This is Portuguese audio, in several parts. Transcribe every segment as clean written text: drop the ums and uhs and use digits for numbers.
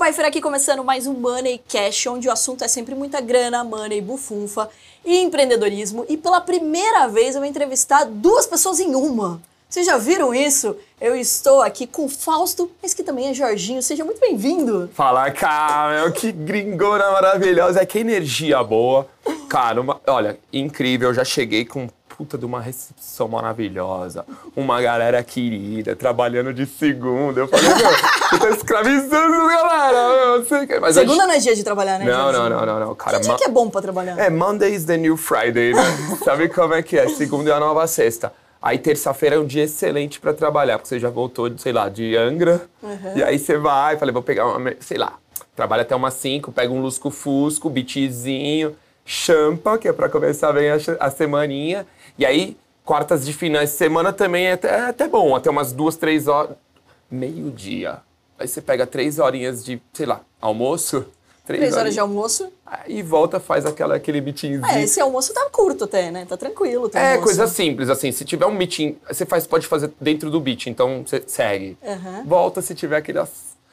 Pfeiffer aqui começando mais um Money Cash, onde o assunto é sempre muita grana, money, bufunfa e empreendedorismo. E pela primeira vez eu vou entrevistar duas pessoas em uma. Vocês já viram isso? Eu estou aqui com o Fausto, mas que também é Jorginho. Seja muito bem-vindo. Fala, cara, que gringona maravilhosa, que energia boa. Cara, olha, incrível, eu já cheguei com puta de uma recepção maravilhosa, uma galera querida, trabalhando de segunda. Eu falei, meu, você tá escravizando, galera. Eu sei que... Mas segunda não é dia de trabalhar, né? Não. Cara, que dia que é bom pra trabalhar? Monday is the new Friday, né? Sabe como é que é? Segunda é a nova sexta. Aí terça-feira é um dia excelente pra trabalhar, porque você já voltou, sei lá, de Angra. E aí você vai, falei, vou pegar uma, sei lá, trabalha até umas 5, pega um lusco-fusco, beatzinho, champa, que é pra começar bem a semaninha. E aí, quartas de finais de semana também é até bom, até umas 2, 3 horas, meio-dia. Aí você pega 3 horinhas de, sei lá, almoço. 3 horas de almoço. Aí volta, faz aquele meetingzinho. Esse almoço tá curto até, né? Tá tranquilo. Tá almoço. Coisa simples, assim, se tiver um meeting, você pode fazer dentro do beat, então você segue. Volta se tiver aquelas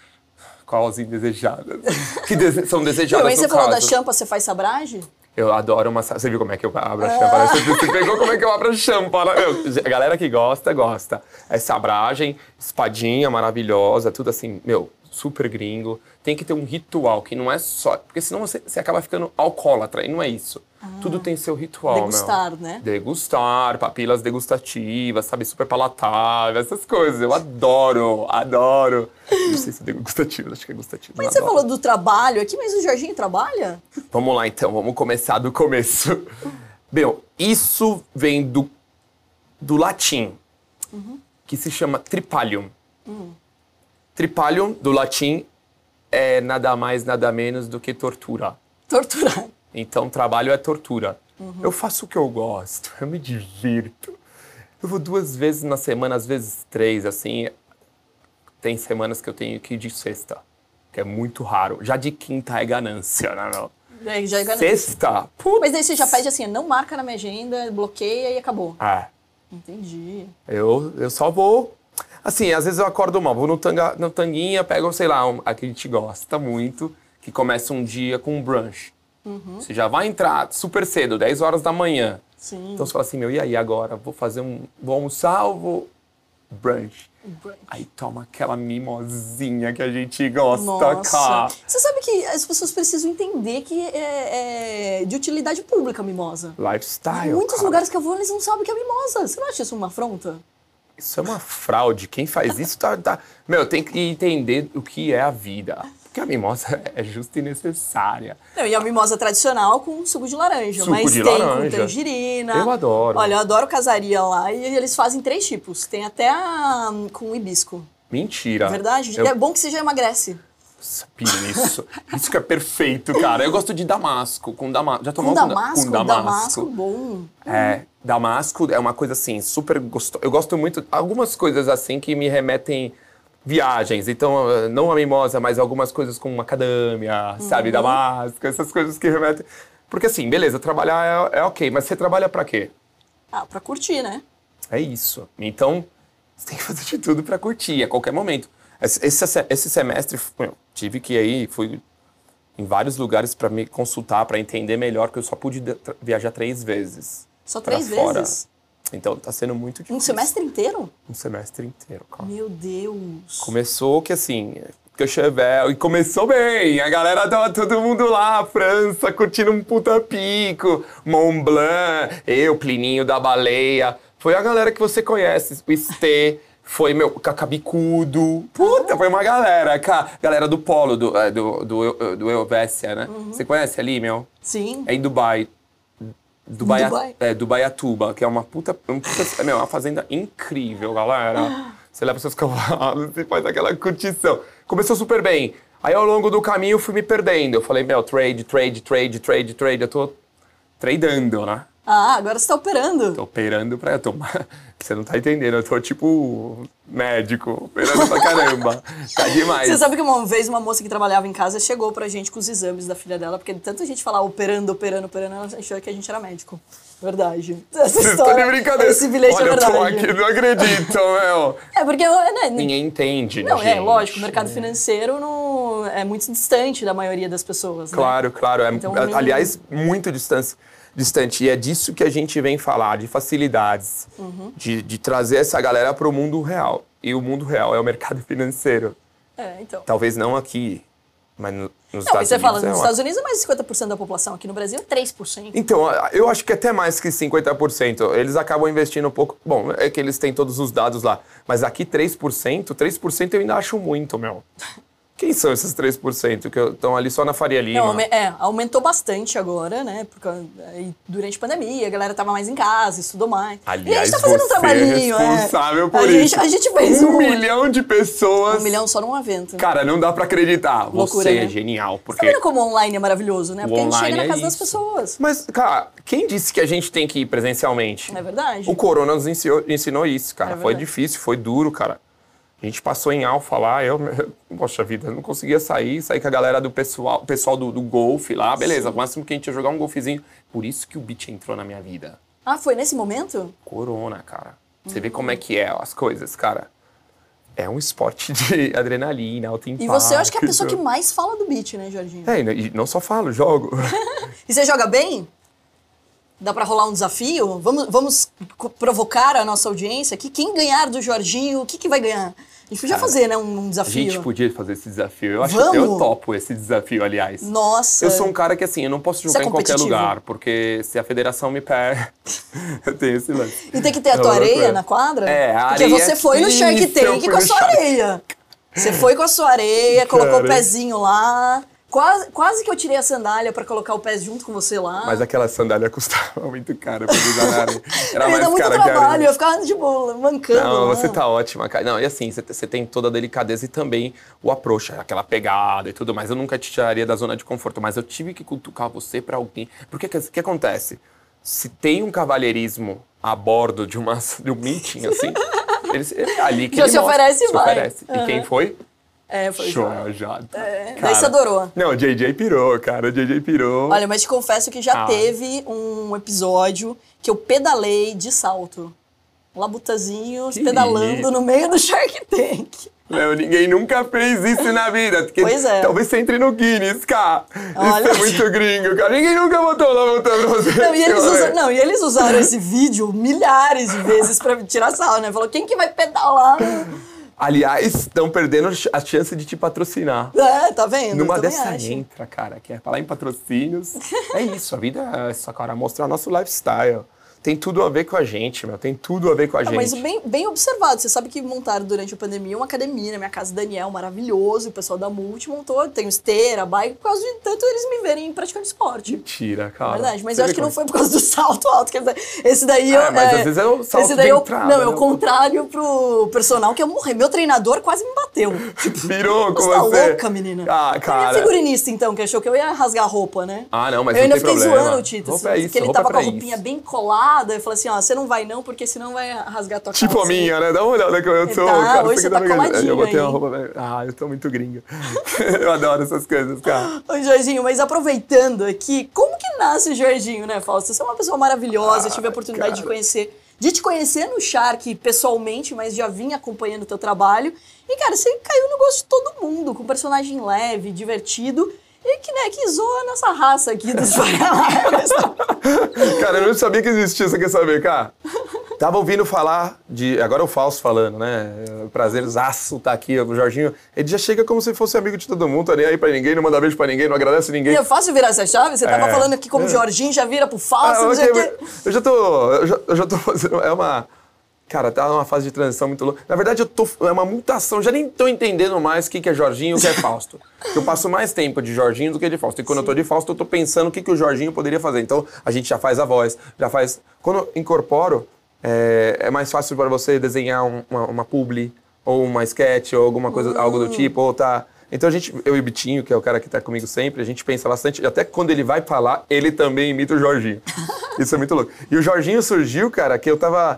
calls indesejadas, que são desejadas. Mas você falou da champa, você faz sabragem? Eu adoro uma... Você viu como é que eu abro a champa? Você pegou como é que eu abro a champa? A galera que gosta, gosta. É sabragem, espadinha maravilhosa, tudo assim, meu, super gringo. Tem que ter um ritual, que não é só... Porque senão você acaba ficando alcoólatra, e não é isso. Tudo tem seu ritual, degustar, meu. Né? Degustar, papilas degustativas, sabe? Super palatável, essas coisas. Eu adoro. Não sei se é degustativo, acho que é gustativo. Mas você falou do trabalho aqui, mas o Jorginho trabalha? Vamos lá, então. Vamos começar do começo. Meu, isso vem do latim, que se chama tripalium. Tripalium, do latim, é nada mais, nada menos do que tortura. Torturar. Então, trabalho é tortura. Eu faço o que eu gosto, eu me divirto. Eu vou 2 vezes na semana, às vezes 3, assim. Tem semanas que eu tenho que ir de sexta, que é muito raro. Já de quinta é ganância, né, meu? Já é ganância. Sexta, putz. Mas daí você já pede assim, não marca na minha agenda, bloqueia e acabou. Entendi. Eu só vou... Assim, às vezes eu acordo mal, vou no tanguinha, pego, sei lá, a que a gente gosta muito, que começa um dia com um brunch. Você já vai entrar super cedo, 10 horas da manhã. Sim. Então você fala assim, meu, e aí agora? Vou almoçar ou vou brunch? Aí toma aquela mimosinha que a gente gosta, cara. Você sabe que as pessoas precisam entender que é de utilidade pública a mimosa. Lifestyle, Em muitos cara. lugares que eu vou, eles não sabem o que é mimosa. Você não acha isso uma afronta? Isso é uma fraude. Quem faz isso tá... Meu, tem que entender o que é a vida. Porque a mimosa é justa e necessária. Não, e a mimosa tradicional com suco de laranja. Mas tem com tangerina. Eu adoro. Olha, eu adoro casaria lá e eles fazem 3 tipos. Tem até com hibisco. Mentira. Verdade? É bom que você já emagrece. Isso. Isso que é perfeito, cara. Eu gosto de damasco. Já tomou com damasco, bom. Damasco é uma coisa assim, super gostosa. Eu gosto muito... Algumas coisas assim que me remetem... Viagens, então não a mimosa, mas algumas coisas com macadâmia, sabe, damasco, essas coisas que remetem... Porque assim, beleza, trabalhar é ok, mas você trabalha pra quê? Pra curtir, né? É isso. Então, você tem que fazer de tudo pra curtir, a qualquer momento. Esse semestre, tive que ir, fui em vários lugares pra me consultar, pra entender melhor, porque eu só pude viajar 3 vezes. Só 3 vezes? Então, tá sendo muito difícil. Um semestre inteiro? Um semestre inteiro, cara. Meu Deus. Começou que assim, Courchevel, e começou bem. A galera tava todo mundo lá, França, curtindo um puta pico, Mont Blanc, eu, Plininho da Baleia. Foi a galera que você conhece, o Estê, foi meu Cacabicudo. Puta, foi uma galera, galera do Polo, do Helvécia, né? Você conhece ali, meu? Sim. É em Dubai. Dubaiatuba, que é uma uma fazenda incrível, galera. Você leva seus cavalos e faz aquela curtição. Começou super bem. Aí, ao longo do caminho, eu fui me perdendo. Eu falei, meu, trade. Eu tô tradando, né? Agora você tá operando. Tô operando Você não tá entendendo, eu tô tipo médico, operando pra caramba. Tá demais. Você sabe que uma vez uma moça que trabalhava em casa chegou pra gente com os exames da filha dela, porque tanta gente falava operando, ela achou que a gente era médico. Verdade. Essa história, tá de brincadeira. Esse bilhete Olha, é verdade. eu tô aqui, não acredito, meu. É, porque... Né, ninguém entende, não, gente. lógico, o mercado financeiro não, é muito distante da maioria das pessoas, né? Claro. Então, aliás, muito distante. E é disso que a gente vem falar, de facilidades, de trazer essa galera para o mundo real. E o mundo real é o mercado financeiro. Então. Talvez não aqui, mas nos Estados Não, Unidos. você fala, nos Estados Unidos é mais de 50% da população, aqui no Brasil é 3%. Então, eu acho que até mais que 50%. Eles acabam investindo um pouco. Bom, é que eles têm todos os dados lá. Mas aqui 3% eu ainda acho muito, meu. Quem são esses 3% que estão ali só na Faria Lima? Não, aumentou bastante agora, né? Porque durante a pandemia, a galera tava mais em casa, estudou mais. Aliás, e a gente tá fazendo um trabalhinho, é responsável por isso. A gente fez 1 milhão de pessoas. 1 milhão só num evento. Cara, não dá pra acreditar. Loucura, você né? é genial. Porque Tá vendo como o online é maravilhoso, né? Porque a gente chega na casa das isso. pessoas. Mas, cara, quem disse que a gente tem que ir presencialmente? É verdade. O Corona nos ensinou isso, cara. É Foi verdade. difícil, foi duro, cara. A gente passou em Alfa lá, poxa vida, eu não conseguia sair com a galera do pessoal do golfe lá, beleza, o máximo que a gente ia jogar um golfezinho. Por isso que o beat entrou na minha vida. Ah, foi nesse momento? Corona, cara. Você vê como é que é as coisas, cara. É um esporte de adrenalina, alto impacto. E você, eu acho que é a pessoa que mais fala do beat, né, Jorginho? E não só falo, jogo. E você joga bem? Dá pra rolar um desafio? Vamos provocar a nossa audiência aqui. Quem ganhar do Jorginho, o que vai ganhar? A gente podia fazer, né, um A desafio. gente podia fazer esse desafio. Eu acho Vamos? que eu topo esse desafio, aliás. Nossa. Eu sou um cara que, assim, eu não posso jogar Você é em qualquer competitivo? lugar, porque se a federação me perde, eu tenho esse lance. E tem que ter a É tua uma areia loucura. na quadra? A Porque areia você foi no Shark isso, eu Tank fui com a no sua Shark. areia. Você foi com a sua areia, colocou o Cara. pezinho lá. Quase que eu tirei a sandália pra colocar o pé junto com você lá. Mas aquela sandália custava muito caro pra usar na areia. Era ia mais dar muito cara que a trabalho, areia. eu ia ficar de boa, mancando. Não, lá. você tá ótima, cara. Não, e assim, você tem toda a delicadeza e também o approach, aquela pegada e tudo mais. Eu nunca te tiraria da zona de conforto, mas eu tive que cutucar você pra alguém. Porque o que acontece? Se tem um cavalheirismo a bordo de um meeting, assim, ele ali que Já ele se mostra, oferece e se vai. oferece. E quem foi? Foi Show, já. daí você adorou. Não, o JJ pirou, cara. O JJ pirou. Olha, mas te confesso que já teve um episódio que eu pedalei de salto. Labutazinhos, Que pedalando isso. no meio do Shark Tank. Não, ninguém nunca fez isso na vida. Porque Pois é. Talvez você entre no Guinness, cara. Olha. Isso é muito gringo, cara. Ninguém nunca botou lá botando pra você. E eles usaram esse vídeo milhares de vezes pra tirar sarro, né? Falou, quem que vai pedalar? Aliás, estão perdendo a chance de te patrocinar. Tá vendo? Numa Eu também dessa acho. entra, cara, que é falar em patrocínios. É isso, a vida é essa, cara, mostrar nosso lifestyle. Tem tudo a ver com a gente, meu. Tem tudo a ver com a gente. Mas bem observado. Você sabe que montaram durante a pandemia uma academia na minha casa, Daniel, maravilhoso. O pessoal da Multi montou. Tem esteira, bike, por causa de tanto eles me verem praticando esporte. Mentira, cara. É verdade, mas Você eu acho vê que não como- foi por causa do salto alto. Quer dizer, esse daí eu. mas às vezes é o salto esse daí de eu, entrada, não, é o né? contrário pro personal que eu morri. Meu treinador quase me bateu. Pirou com Você tá você. louca, menina? Ah, Foi cara. minha figurinista, então, que achou que eu ia rasgar a roupa, né? Ah, não, mas eu não ainda tem fiquei problema. zoando o Tito, Roupa é isso, que ele roupa tava é com a pra roupinha isso. bem colada. Eu falei assim, ó, você não vai não, porque senão vai rasgar a tua Tipo calça. a minha, né? Dá uma olhada como eu tô. Tá, cara. hoje você que tá dá- coladinho Eu botei aí. uma roupa... Ah, eu tô muito gringa. Eu adoro essas coisas, cara. Ô, Jorginho, mas aproveitando aqui, como que nasce o Jorginho, né, Fausto? Você é uma pessoa maravilhosa, eu tive a oportunidade de te conhecer no Shark pessoalmente, mas já vim acompanhando o teu trabalho. E, cara, você caiu no gosto de todo mundo, com um personagem leve, divertido, e que zoa a nossa raça aqui dos Vagalumes. Cara, eu não sabia que existia, você quer saber, cara? Tava ouvindo falar de... Agora é o Fausto falando, né? Prazerzaço tá aqui, o Jorginho. Ele já chega como se fosse amigo de todo mundo, tá nem aí pra ninguém, não manda beijo pra ninguém, não agradece ninguém. E é fácil virar essa chave? Você tava É. falando aqui como Jorginho, já vira pro Fausto, não sei o quê. Eu já tô fazendo... É uma... Cara, tá numa fase de transição muito louca. Na verdade, é uma mutação. Já nem tô entendendo mais o que é Jorginho e o que é Fausto. Porque eu passo mais tempo de Jorginho do que de Fausto. E quando eu tô de Fausto, eu tô pensando o que o Jorginho poderia fazer. Então, a gente já faz a voz, já faz... Quando eu incorporo, é mais fácil para você desenhar uma publi, ou uma sketch, ou alguma coisa, algo do tipo, ou tá... Então, eu e o Bitinho, que é o cara que tá comigo sempre, a gente pensa bastante. Até quando ele vai falar, ele também imita o Jorginho. Isso é muito louco. E o Jorginho surgiu, cara, que eu tava...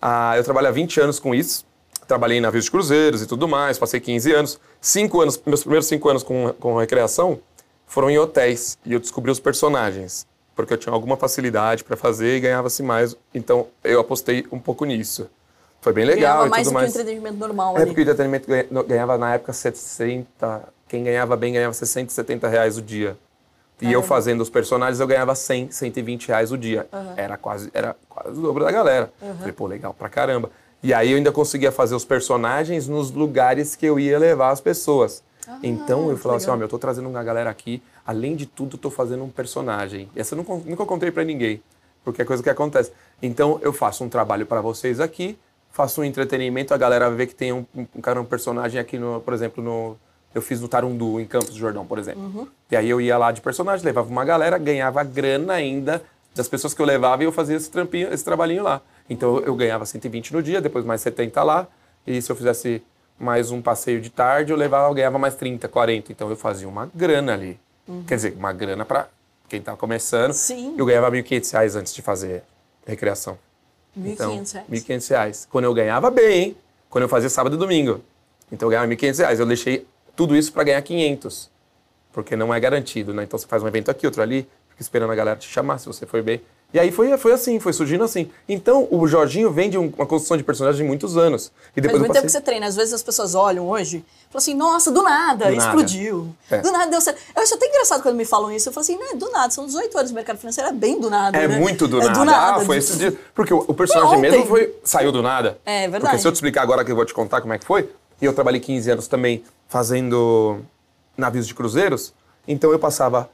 Eu trabalho há 20 anos com isso. Trabalhei em navios de cruzeiros e tudo mais, passei 15 anos. 5 anos, meus primeiros 5 anos com recreação foram em hotéis. E eu descobri os personagens, porque eu tinha alguma facilidade para fazer e ganhava-se mais. Então, eu apostei um pouco nisso. Foi bem legal ganhava e mais tudo do que mais. o entretenimento normal É ali. porque o entretenimento ganhava na época 60... Quem ganhava bem ganhava 60, 70 reais o dia. E eu fazendo os personagens, eu ganhava 100, 120 reais o dia. Era quase o dobro da galera. Falei, pô, legal pra caramba. E aí eu ainda conseguia fazer os personagens nos lugares que eu ia levar as pessoas. Então eu falava assim, ó, eu tô trazendo uma galera aqui, além de tudo, eu tô fazendo um personagem. Essa eu nunca contei pra ninguém, porque é coisa que acontece. Então eu faço um trabalho pra vocês aqui, faço um entretenimento, a galera vê que tem um personagem aqui, por exemplo, eu fiz no Tarundu, em Campos do Jordão, por exemplo. E aí eu ia lá de personagem, levava uma galera, ganhava grana ainda das pessoas que eu levava e eu fazia esse trabalhinho lá. Então eu ganhava 120 no dia, depois mais 70 lá. E se eu fizesse mais um passeio de tarde, eu ganhava mais 30, 40. Então eu fazia uma grana ali. Quer dizer, uma grana pra quem tá começando. Sim. Eu ganhava R$1.500 antes de fazer recreação. Então, R$1.500. R$1.500. Quando eu ganhava bem, hein? Quando eu fazia sábado e domingo. Então eu ganhava R$1.500. Eu deixei tudo isso para ganhar 500, porque não é garantido, né? Então você faz um evento aqui, outro ali, fica esperando a galera te chamar, se você foi bem. E aí foi assim, foi surgindo assim. Então o Jorginho vem de uma construção de personagem de muitos anos. E depois Faz muito tempo que você treina. Às vezes as pessoas olham hoje e falam assim, nossa, do nada, explodiu. Do nada deu certo. Eu acho até engraçado quando me falam isso. Eu falo assim, não é do nada, são 18 anos no mercado financeiro, é bem do nada, É né? muito do É nada. do nada. Foi esse dia. Porque o personagem mesmo saiu do nada. É verdade. Porque se eu te explicar agora que eu vou te contar como é que foi, e eu trabalhei 15 anos também fazendo navios de cruzeiros, então eu passava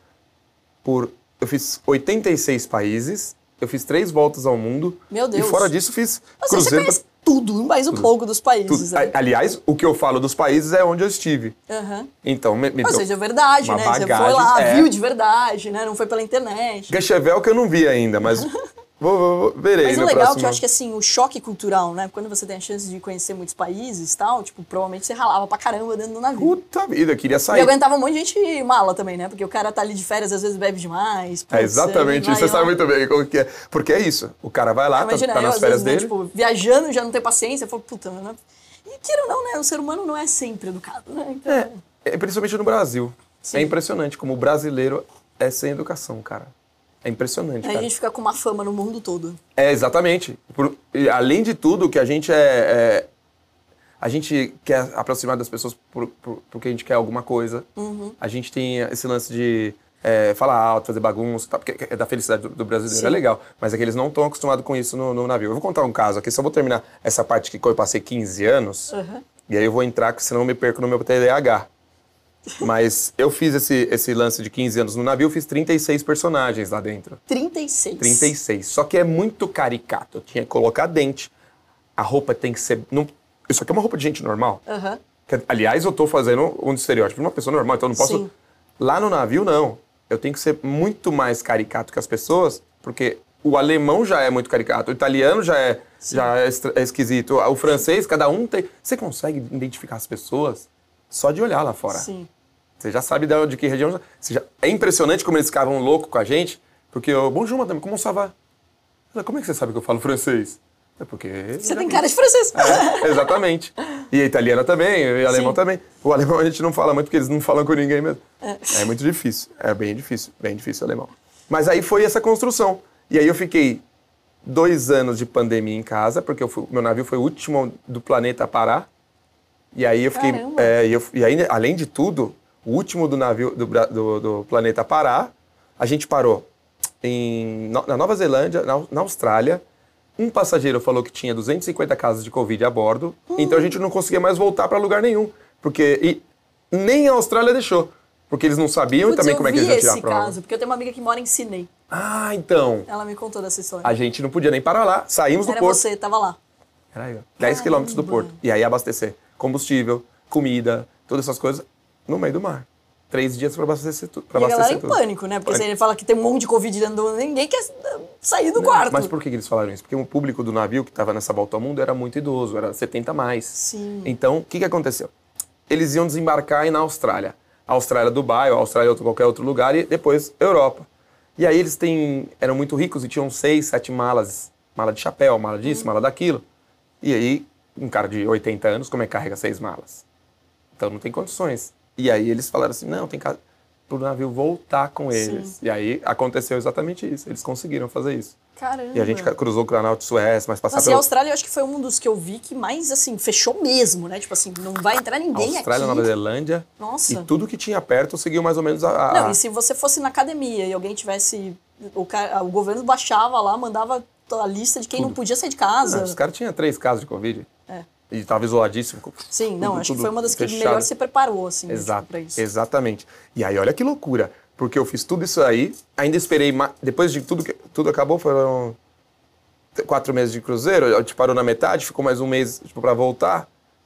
eu fiz 86 países, eu fiz 3 voltas ao mundo. Meu Deus. E fora disso fiz cruzeiro. Você conhece tudo, mais um pouco dos países. Né? Aliás, o que eu falo dos países é onde eu estive. Então, ou seja, é verdade, né? Bagagem, você foi lá, viu de verdade, né? Não foi pela internet. Gachevel que eu não vi ainda, mas verei. Mas o no legal é próximo... que eu acho que assim, o choque cultural, né? Quando você tem a chance de conhecer muitos países e tal, tipo, provavelmente você ralava pra caramba dentro do navio. Puta vida, eu queria sair. E aguentava um monte de gente mala também, né? Porque o cara tá ali de férias, às vezes bebe demais. Putz, exatamente, isso você sabe muito bem como que é. Porque é isso, o cara vai lá, imagina, tá nas às férias vezes, dele. Né, tipo, viajando, já não tem paciência, eu falo, puta, né? E queira ou não, né? O ser humano não é sempre educado, né? Então, principalmente no Brasil. Sim. É impressionante como o brasileiro é sem educação, cara. É impressionante, a cara. gente fica com uma fama no mundo todo. Exatamente. E, além de tudo, que a gente a gente quer aproximar das pessoas porque a gente quer alguma coisa. A gente tem esse lance de falar alto, fazer bagunça, tá? Porque é da felicidade do brasileiro, é legal. Mas é que eles não estão acostumados com isso no navio. Eu vou contar um caso aqui, só vou terminar essa parte que eu passei 15 anos. E aí eu vou entrar, porque senão eu me perco no meu TDAH. Mas eu fiz esse lance de 15 anos no navio, eu fiz 36 personagens lá dentro. 36? 36. Só que é muito caricato. Eu tinha que colocar dente. A roupa tem que ser... Isso aqui é uma roupa de gente normal. Que, aliás, eu tô fazendo um estereótipo de uma pessoa normal, então eu não posso... Sim. Lá no navio, não. Eu tenho que ser muito mais caricato que as pessoas, porque o alemão já é muito caricato, o italiano já é esquisito, o francês, cada um tem... Você consegue identificar as pessoas só de olhar lá fora. Sim. Você já sabe de que região... É impressionante como eles ficavam loucos com a gente, porque eu... Bonjour, madame, como ça va? Como é que você sabe que eu falo francês? É porque... Você tem cara de francês. Exatamente. E a italiana também, e o alemão também. O alemão a gente não fala muito, porque eles não falam com ninguém mesmo. É muito difícil. É bem difícil o alemão. Mas aí foi essa construção. E aí eu fiquei 2 anos de pandemia em casa, porque meu navio foi o último do planeta a parar. E aí eu fiquei... e aí, além de tudo, o último do navio do planeta a parar, a gente parou na Nova Zelândia, na Austrália. Um passageiro falou que tinha 250 casos de Covid a bordo, então a gente não conseguia mais voltar para lugar nenhum. E nem a Austrália deixou, porque eles não sabiam também como é que eles iam tirar a prova. Eu vi esse caso, porque eu tenho uma amiga que mora em Sydney. Ah, então. Ela me contou dessa história. A gente não podia nem parar lá, saímos do porto. Era você, tava lá. Era eu. 10 quilômetros do porto. E aí abastecer combustível, comida, todas essas coisas no meio do mar. 3 dias para abastecer tudo. E a galera em pânico, né? Porque ele fala que tem um monte de Covid dentro do... Ninguém quer sair do quarto. Mas por que eles falaram isso? Porque o público do navio que estava nessa volta ao mundo era muito idoso, era 70 a mais. Sim. Então, o que aconteceu? Eles iam desembarcar na Austrália. A Austrália, Dubai, a Austrália, qualquer outro lugar, e depois Europa. E aí eles eram muito ricos e tinham 6, 7 malas. Mala de chapéu, mala disso, mala daquilo. E aí, um cara de 80 anos, como é que carrega 6 malas? Então não tem condições. E aí eles falaram assim, não, tem que pro navio voltar com eles. Sim. E aí aconteceu exatamente isso. Eles conseguiram fazer isso. Caramba. E a gente cruzou o canal de Suez, mas passava pelo... a Austrália eu acho que foi um dos que eu vi que mais, assim, fechou mesmo, né? Tipo assim, não vai entrar ninguém Austrália, aqui. Nova Zelândia. Nossa. E tudo que tinha perto seguiu mais ou menos Não, e se você fosse na academia e alguém tivesse... O governo baixava lá, mandava a lista de quem não podia sair de casa. Não, os caras tinham 3 casos de Covid. É. E estava isoladíssimo. Sim, não, acho que foi uma das que melhor se preparou, assim, exato, pra isso. Exatamente. E aí, olha que loucura. Porque eu fiz tudo isso aí, ainda esperei... Depois de tudo acabou, foram 4 meses de cruzeiro, a gente parou na metade, ficou mais um mês tipo, pra voltar.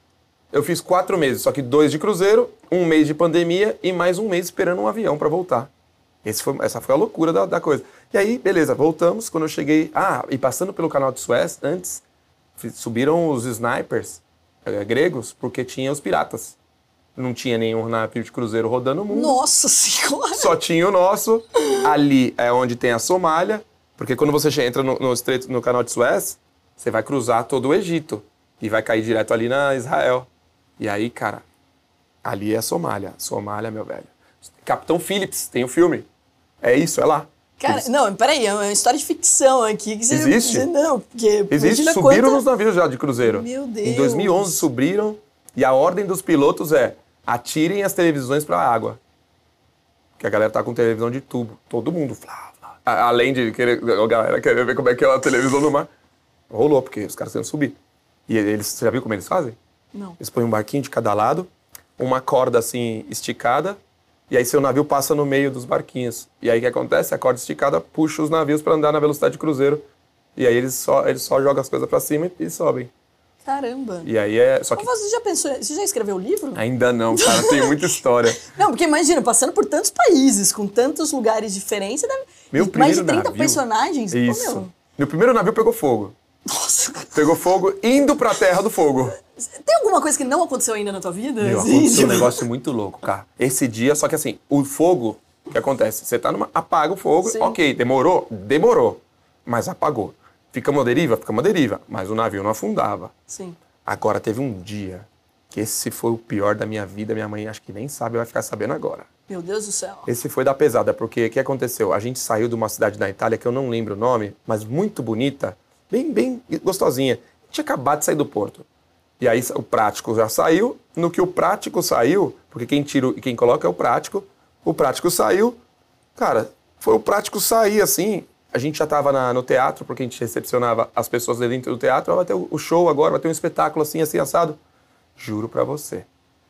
Eu fiz 4 meses, só que 2 de cruzeiro, 1 mês de pandemia e mais 1 mês esperando um avião pra voltar. Essa foi a loucura da coisa. E aí, beleza, voltamos. Quando eu cheguei... e passando pelo canal de Suez, antes, subiram os snipers gregos, porque tinha os piratas. Não tinha nenhum navio de cruzeiro rodando o mundo. Nossa Senhora! Só tinha o nosso. Ali é onde tem a Somália, porque quando você entra no canal de Suez, você vai cruzar todo o Egito e vai cair direto ali na Israel. E aí, cara, ali é a Somália. Somália, meu velho. Capitão Phillips, tem o filme. É isso, é lá. Cara, não, peraí, é uma história de ficção aqui. Que você existe? Não, porque... Existe, subiram nos navios já de cruzeiro. Meu Deus. Em 2011 subiram e a ordem dos pilotos é atirem as televisões para a água. Porque a galera tá com televisão de tubo. Todo mundo. Além de querer, a galera querer ver como é que é a televisão no mar. Rolou, porque os caras querem subir. E eles, você já viu como eles fazem? Não. Eles põem um barquinho de cada lado, uma corda assim esticada, e aí seu navio passa no meio dos barquinhos. E aí o que acontece? A corda esticada puxa os navios para andar na velocidade de cruzeiro. E aí eles só jogam as coisas para cima e sobem. Caramba. E aí é... Só que... Mas você já escreveu o livro? Ainda não, cara. Tem muita história. Não, porque imagina, passando por tantos países, com tantos lugares diferentes, deve... mais de 30 personagens. Isso. Pô, meu... Meu primeiro navio pegou fogo. Nossa. Pegou fogo indo pra Terra do Fogo. Tem alguma coisa que não aconteceu ainda na tua vida? Aconteceu um negócio muito louco, cara. Esse dia, só que assim, o fogo, o que acontece? Você tá apaga o fogo, sim. Ok, demorou? Demorou. Mas apagou. Fica uma deriva? Fica uma deriva. Mas o navio não afundava. Sim. Agora, teve um dia que esse foi o pior da minha vida. Minha mãe acho que nem sabe, vai ficar sabendo agora. Meu Deus do céu. Esse foi da pesada, porque o que aconteceu? A gente saiu de uma cidade da Itália, que eu não lembro o nome, mas muito bonita, bem gostosinha. A gente tinha acabado de sair do porto. E aí o prático já saiu. No que o prático saiu, porque quem tira e quem coloca é o prático saiu. Cara, foi o prático sair assim... A gente já estava no teatro, porque a gente recepcionava as pessoas dentro do teatro. Vai ter o show agora, vai ter um espetáculo assim assado. Juro pra você.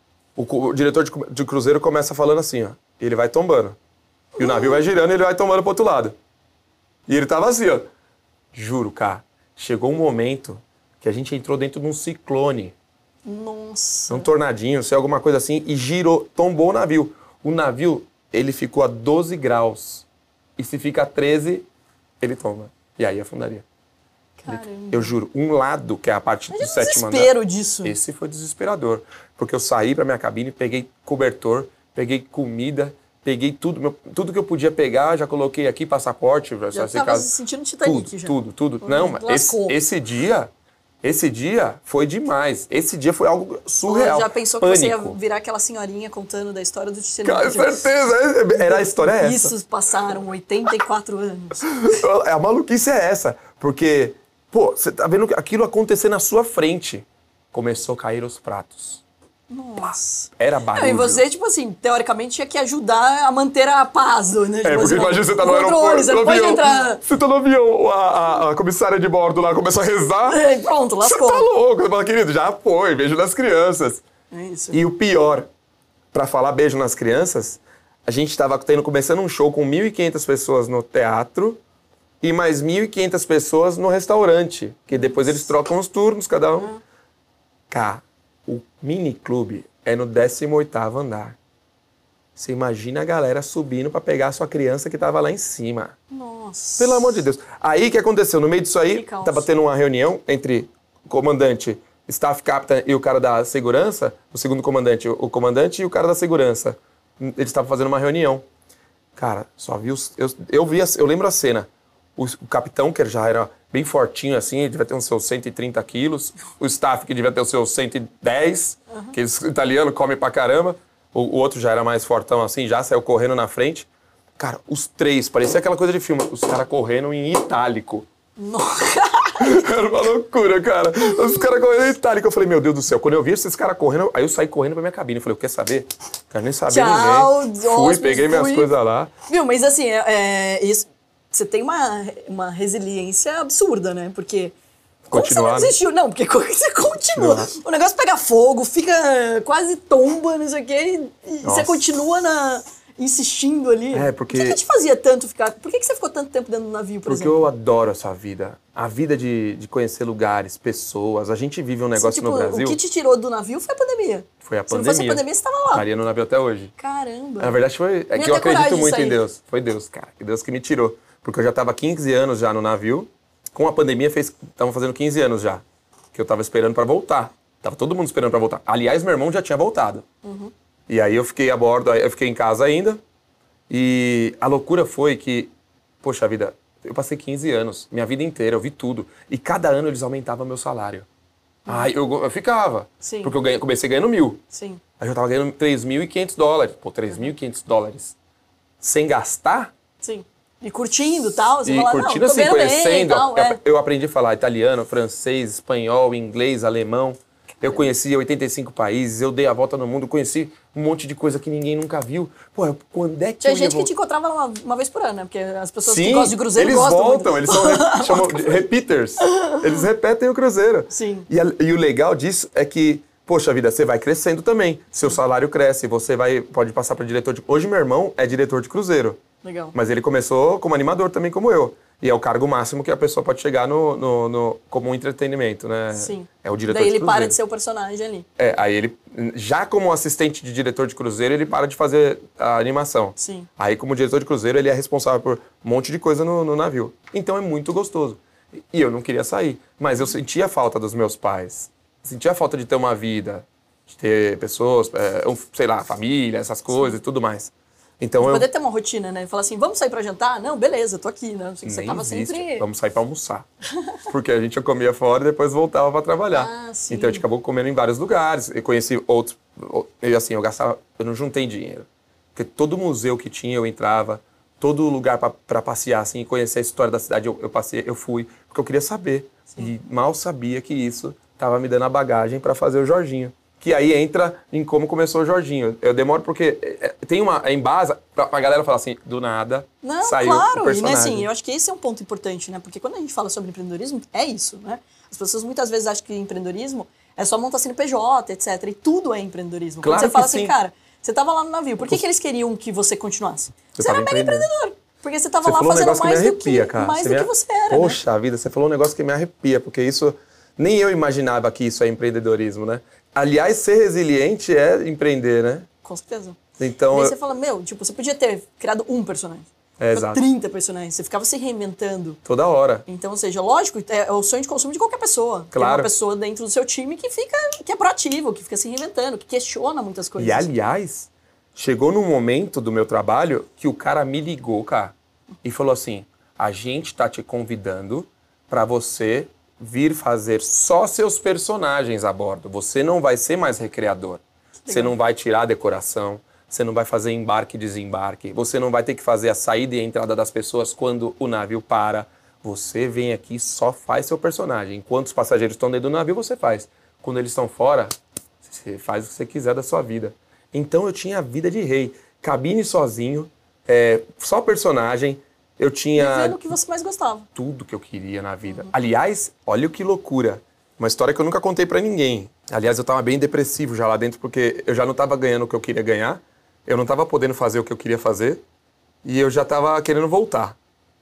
O diretor de cruzeiro começa falando assim, ó. Ele vai tombando. E o navio vai girando e ele vai tombando pro outro lado. E ele tava assim, ó. Juro, cara. Chegou um momento que a gente entrou dentro de um ciclone. Nossa. Um tornadinho, sei alguma coisa assim. E girou, tombou o navio. O navio, ele ficou a 12 graus. E se fica a 13... ele toma. E aí afundaria. Caramba. Eu juro, um lado, que é a parte do sétimo andar... desespero disso. Esse foi desesperador. Porque eu saí pra minha cabine, peguei cobertor, peguei comida, peguei tudo que eu podia pegar, já coloquei aqui, passaporte... Já tava se sentindo Titanic já. Tudo. Não, mas esse dia foi demais. Esse dia foi algo surreal. Já pensou que você ia virar aquela senhorinha contando da história do Titanic? Com certeza, era a história essa. Isso passaram 84 anos. A maluquice é essa, porque, pô, você tá vendo aquilo acontecer na sua frente. Começou a cair os pratos. Nossa. Era barulho. E você, tipo assim, teoricamente tinha que ajudar a manter a paz, né? Tipo porque assim, imagina você tá no aeroporto, você não pode entrar... Você tá no avião, a comissária de bordo lá começa a rezar. Pronto, lascou. Você tá louco. Você fala, querido, já foi, beijo nas crianças. É isso. E o pior, pra falar beijo nas crianças, a gente tava começando um show com 1.500 pessoas no teatro e mais 1.500 pessoas no restaurante, que depois eles trocam os turnos, cada um. Cara, o mini clube é no 18º andar. Você imagina a galera subindo pra pegar a sua criança que tava lá em cima. Nossa. Pelo amor de Deus. Aí o que aconteceu? No meio disso aí, tava tendo uma reunião entre o comandante, staff captain e o cara da segurança, o segundo comandante, o comandante e o cara da segurança. Eles estavam fazendo uma reunião. Cara, só vi eu lembro a cena. o capitão, que já era bem fortinho assim, ele devia ter uns seus 130 quilos. O staff, que devia ter os seus 110, que esse italiano come pra caramba. O outro já era mais fortão assim, já saiu correndo na frente. Cara, os três, parecia aquela coisa de filme. Os caras correndo em itálico. Nossa. Era uma loucura, cara. Os caras correndo em itálico. Eu falei, meu Deus do céu. Quando eu vi esses caras correndo, aí eu saí correndo pra minha cabine. Eu falei, quer saber? Quero nem saber ninguém. Fui, peguei minhas coisas lá. Viu, mas assim, isso, você tem uma resiliência absurda, né? Porque... Como você não desistiu? Não, porque você continua. O negócio pega fogo, fica quase tomba, não sei o quê, e você continua insistindo ali. Porque... O que te fazia tanto ficar... Por que você ficou tanto tempo dentro do navio, por exemplo? Porque eu adoro essa vida. A vida de conhecer lugares, pessoas. A gente vive um negócio no Brasil... O que te tirou do navio foi a pandemia. Foi a pandemia. Se não fosse a pandemia, você estava lá. Estaria no navio até hoje. Caramba. Na verdade, é que eu acredito muito em Deus. Foi Deus, cara. Que Deus que me tirou. Porque eu já estava 15 anos já no navio. Com a pandemia, estavam fazendo 15 anos já. Que eu estava esperando para voltar. Tava todo mundo esperando para voltar. Aliás, meu irmão já tinha voltado. E aí eu fiquei a bordo, eu fiquei em casa ainda. E a loucura foi que, poxa vida, eu passei 15 anos, minha vida inteira, eu vi tudo. E cada ano eles aumentavam meu salário. Aí eu ficava. Sim. Porque eu comecei ganhando 1.000. Sim. Aí eu tava ganhando $3.500. Pô, $3.500 sem gastar? Sim. E curtindo e tal. E curtindo assim, conhecendo. Eu aprendi a falar italiano, francês, espanhol, inglês, alemão. Eu conheci 85 países, eu dei a volta no mundo, conheci um monte de coisa que ninguém nunca viu. Pô, quando é que tinha gente que te encontrava uma vez por ano, né? Porque as pessoas que gostam de cruzeiro eles gostam voltam, muito. Eles são chamam de repeaters. Eles repetem o cruzeiro. Sim. E o legal disso é que, poxa vida, você vai crescendo também. Seu salário cresce, você pode passar para diretor de... Hoje meu irmão é diretor de cruzeiro. Legal. Mas ele começou como animador também, como eu. E é o cargo máximo que a pessoa pode chegar como um entretenimento, né? Sim. É o diretor Daí de ele cruzeiro. para de ser o personagem ali. Aí ele, já como assistente de diretor de cruzeiro, ele para de fazer a animação. Sim. Aí como diretor de cruzeiro, ele é responsável por um monte de coisa no navio. Então é muito gostoso. E eu não queria sair. Mas eu sentia falta dos meus pais. Sentia falta de ter uma vida, de ter pessoas, sei lá, família, essas coisas e tudo mais. Então poder ter uma rotina, né? Falar assim, vamos sair pra jantar? Não, beleza, tô aqui, né? Você tava existe. sempre... Vamos sair pra almoçar. Porque a gente comia fora e depois voltava pra trabalhar. Sim. Então a gente acabou comendo em vários lugares. Eu conheci outros... Eu não juntei dinheiro. Porque todo museu que tinha eu entrava, todo lugar pra passear, assim, conhecer a história da cidade eu fui. Porque eu queria saber. Sim. E mal sabia que isso tava me dando a bagagem pra fazer o Jorginho. Que aí entra em como começou o Jorginho. Eu demoro porque tem uma embasa pra galera falar assim, do nada, saiu o personagem. E assim, eu acho que esse é um ponto importante, né? Porque quando a gente fala sobre empreendedorismo, é isso, né? As pessoas muitas vezes acham que empreendedorismo é só montar CNPJ, etc. E tudo é empreendedorismo. Claro quando você fala sim. assim, cara, você tava lá no navio, por que eles queriam que você continuasse? Você era mega empreendedor. Porque você tava lá fazendo mais do que você era, Poxa vida, você falou um negócio que me arrepia, porque isso... Nem eu imaginava que isso é empreendedorismo, né? Aliás, ser resiliente é empreender, né? Com certeza. Então, aí você fala, você podia ter criado um personagem. Exato. 30 personagens. Você ficava se reinventando. Toda hora. Então, ou seja, lógico, é o sonho de consumo de qualquer pessoa. Claro. Tem uma pessoa dentro do seu time que é proativo, que fica se reinventando, que questiona muitas coisas. E, aliás, chegou num momento do meu trabalho que o cara me ligou, cara, e falou assim, a gente tá te convidando pra você vir fazer só seus personagens a bordo. Você não vai ser mais recreador. Você não vai tirar a decoração. Você não vai fazer embarque e desembarque. Você não vai ter que fazer a saída e a entrada das pessoas quando o navio para. Você vem aqui e só faz seu personagem. Enquanto os passageiros estão dentro do navio, você faz. Quando eles estão fora, você faz o que você quiser da sua vida. Então eu tinha a vida de rei. Cabine sozinho, só personagem. Eu tinha... Vivendo o que você mais gostava. Tudo que eu queria na vida. Aliás, olha que loucura. Uma história que eu nunca contei pra ninguém. Aliás, eu tava bem depressivo já lá dentro, porque eu já não tava ganhando o que eu queria ganhar. Eu não tava podendo fazer o que eu queria fazer. E eu já tava querendo voltar.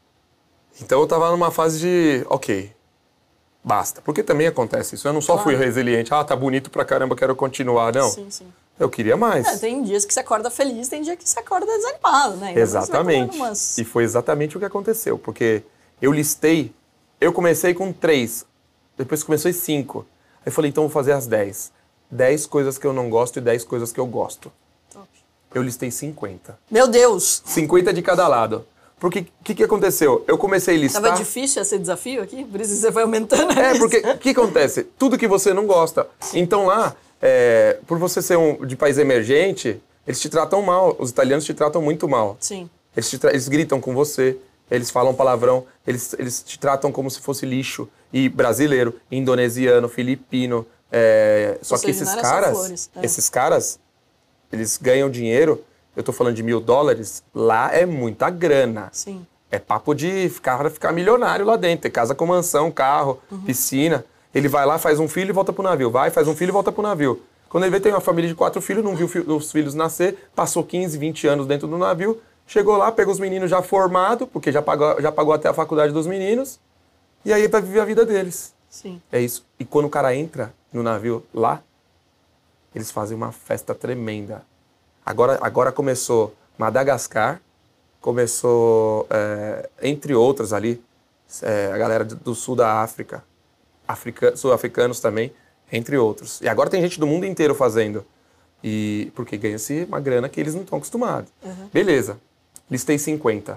Então eu tava numa fase de... Ok, basta. Porque também acontece isso. Eu não só fui resiliente. Tá bonito pra caramba, quero continuar. Não. Sim. Eu queria mais. Tem dias que você acorda feliz, tem dia que você acorda desanimado, né? Exatamente. E foi exatamente o que aconteceu. Porque eu listei... Eu comecei com 3. Depois comecei 5. Aí eu falei, então vou fazer as 10. 10 coisas que eu não gosto e 10 coisas que eu gosto. Top. Eu listei 50. Meu Deus! 50 de cada lado. Porque o que aconteceu? Eu comecei a listar... Tava difícil esse desafio aqui? Por isso você foi aumentando. Porque o que acontece? Tudo que você não gosta. Então lá, por você ser de país emergente, eles te tratam mal. Os italianos te tratam muito mal. Sim. Eles gritam com você, eles falam palavrão, eles te tratam como se fosse lixo. E brasileiro, indonesiano, filipino. Só que esses caras, eles ganham dinheiro... Eu tô falando de $1.000, lá é muita grana. Sim. É papo de ficar milionário lá dentro. Ter casa com mansão, carro, piscina. Ele vai lá, faz um filho e volta pro navio. Faz um filho e volta pro navio. Quando ele vê, tem uma família de 4 filhos, não viu os filhos nascer, passou 15, 20 anos dentro do navio, chegou lá, pegou os meninos já formados, porque já pagou até a faculdade dos meninos, e aí vai viver a vida deles. Sim. É isso. E quando o cara entra no navio lá, eles fazem uma festa tremenda. Agora começou Madagascar, começou, entre outras ali, a galera do sul da África, sul-africanos também, entre outros. E agora tem gente do mundo inteiro fazendo. Porque ganha-se uma grana que eles não estão acostumados. Beleza, listei 50.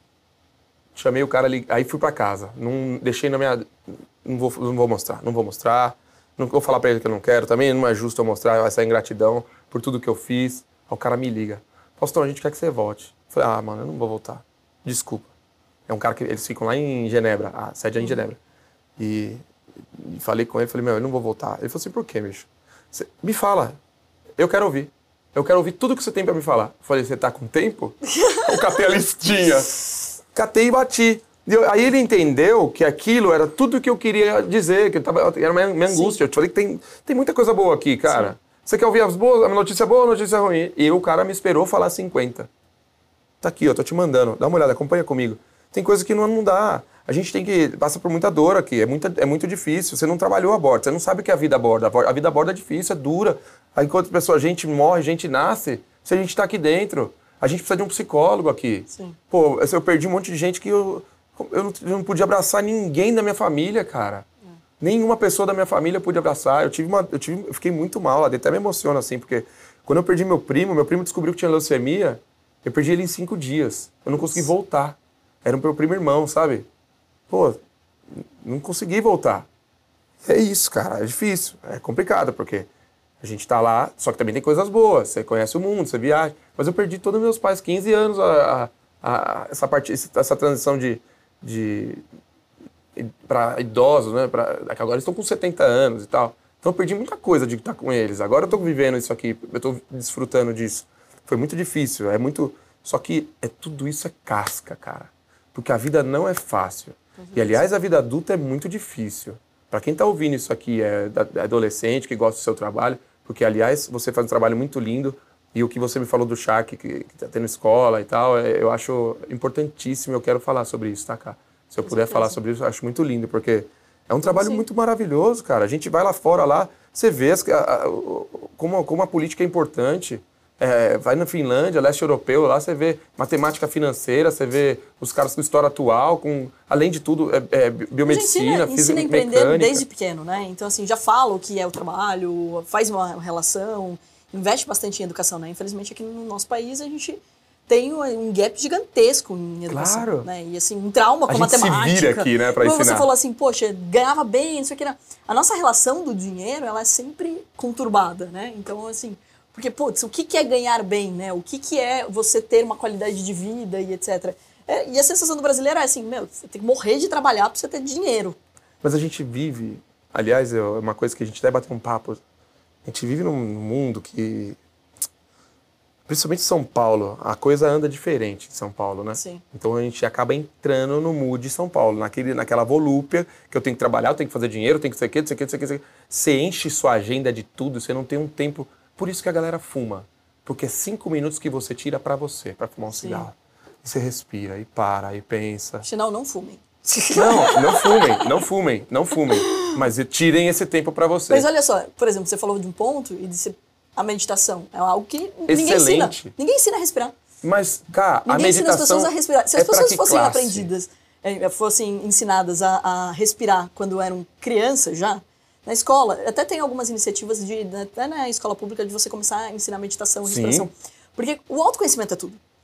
Chamei o cara ali, aí fui pra casa. Não deixei na minha... Não vou mostrar. Não vou falar pra ele que eu não quero. Também não é justo eu mostrar essa ingratidão por tudo que eu fiz. Aí o cara me liga. Faustão, a gente quer que você volte. Eu falei, mano, eu não vou voltar. Desculpa. É um cara que eles ficam lá em Genebra. A sede é em Genebra. E falei com ele, falei, eu não vou voltar. Ele falou assim, por quê, bicho? Me fala. Eu quero ouvir. Eu quero ouvir tudo que você tem pra me falar. Eu falei, você tá com tempo? Eu catei a listinha. Catei e bati. Aí ele entendeu que aquilo era tudo que eu queria dizer, que era minha angústia. Sim. Eu te falei que tem muita coisa boa aqui, cara. Sim. Você quer ouvir a notícia boa ou a notícia ruim? E o cara me esperou falar 50. Tá aqui, tô te mandando. Dá uma olhada, acompanha comigo. Tem coisa que não dá. A gente passa por muita dor aqui. É muito difícil. Você não trabalhou a bordo. Você não sabe o que é a vida a bordo. A vida a bordo é difícil, é dura. Aí enquanto a gente morre, a gente nasce. Se a gente tá aqui dentro, a gente precisa de um psicólogo aqui. Sim. Pô, eu perdi um monte de gente que eu não podia abraçar ninguém da minha família, cara. Nenhuma pessoa da minha família pude abraçar. Eu fiquei muito mal, até me emociona assim, porque quando eu perdi meu primo descobriu que tinha leucemia, eu perdi ele em 5 dias. Eu não consegui voltar. Era o meu primo irmão, sabe? Pô, não consegui voltar. É isso, cara, é difícil, é complicado, porque a gente tá lá, só que também tem coisas boas, você conhece o mundo, você viaja. Mas eu perdi todos os meus pais, 15 anos, essa transição para idosos, né? Agora eles estão com 70 anos e tal. Então eu perdi muita coisa de estar com eles. Agora eu tô vivendo isso aqui, eu tô desfrutando disso. Foi muito difícil, Só que tudo isso é casca, cara. Porque a vida não é fácil. E, aliás, a vida adulta é muito difícil. Para quem tá ouvindo isso aqui, é adolescente, que gosta do seu trabalho, porque, aliás, você faz um trabalho muito lindo. E o que você me falou do Shark, que tá tendo escola e tal, eu acho importantíssimo. Eu quero falar sobre isso, tá, cara? Se eu puder falar sobre isso, eu acho muito lindo, porque é um trabalho muito maravilhoso, cara. A gente vai lá fora, você vê como a política é importante. Vai na Finlândia, leste europeu, lá você vê matemática financeira, você vê os caras com história atual, além de tudo, biomedicina, ensina a empreender desde pequeno, né? Então, assim, já fala o que é o trabalho, faz uma relação, investe bastante em educação, né? Infelizmente, aqui no nosso país, a gente tem um gap gigantesco em educação. Claro. Né? E, assim, um trauma com a matemática. A gente se vira aqui, né, pra ensinar. Você falou assim, poxa, ganhava bem, isso aqui. A nossa relação do dinheiro, ela é sempre conturbada, né? Então, assim... Porque, putz, o que é ganhar bem, né? O que é você ter uma qualidade de vida e etc. E a sensação do brasileiro é assim, você tem que morrer de trabalhar pra você ter dinheiro. Mas a gente vive, aliás, é uma coisa que a gente deve bater um papo, a gente vive num mundo que, principalmente em São Paulo, a coisa anda diferente em São Paulo, né? Sim. Então a gente acaba entrando no mood de São Paulo, naquela volúpia que eu tenho que trabalhar, eu tenho que fazer dinheiro, eu tenho que ser isso aqui. Você enche sua agenda de tudo, você não tem um tempo... Por isso que a galera fuma. Porque é 5 minutos que você tira pra você, pra fumar um cigarro. E você respira, e para, e pensa. Afinal, não fumem. Não fumem. Mas tirem esse tempo pra você. Mas olha só, por exemplo, você falou de um ponto e disse a meditação. É algo que ninguém ensina. Ninguém ensina a respirar. Mas, cara, ninguém ensina as pessoas a respirar. Se as pessoas fossem classe? Aprendidas, fossem ensinadas a respirar quando eram crianças já, na escola, até tem algumas iniciativas até na escola pública de você começar a ensinar meditação e respiração. Porque o autoconhecimento é tudo.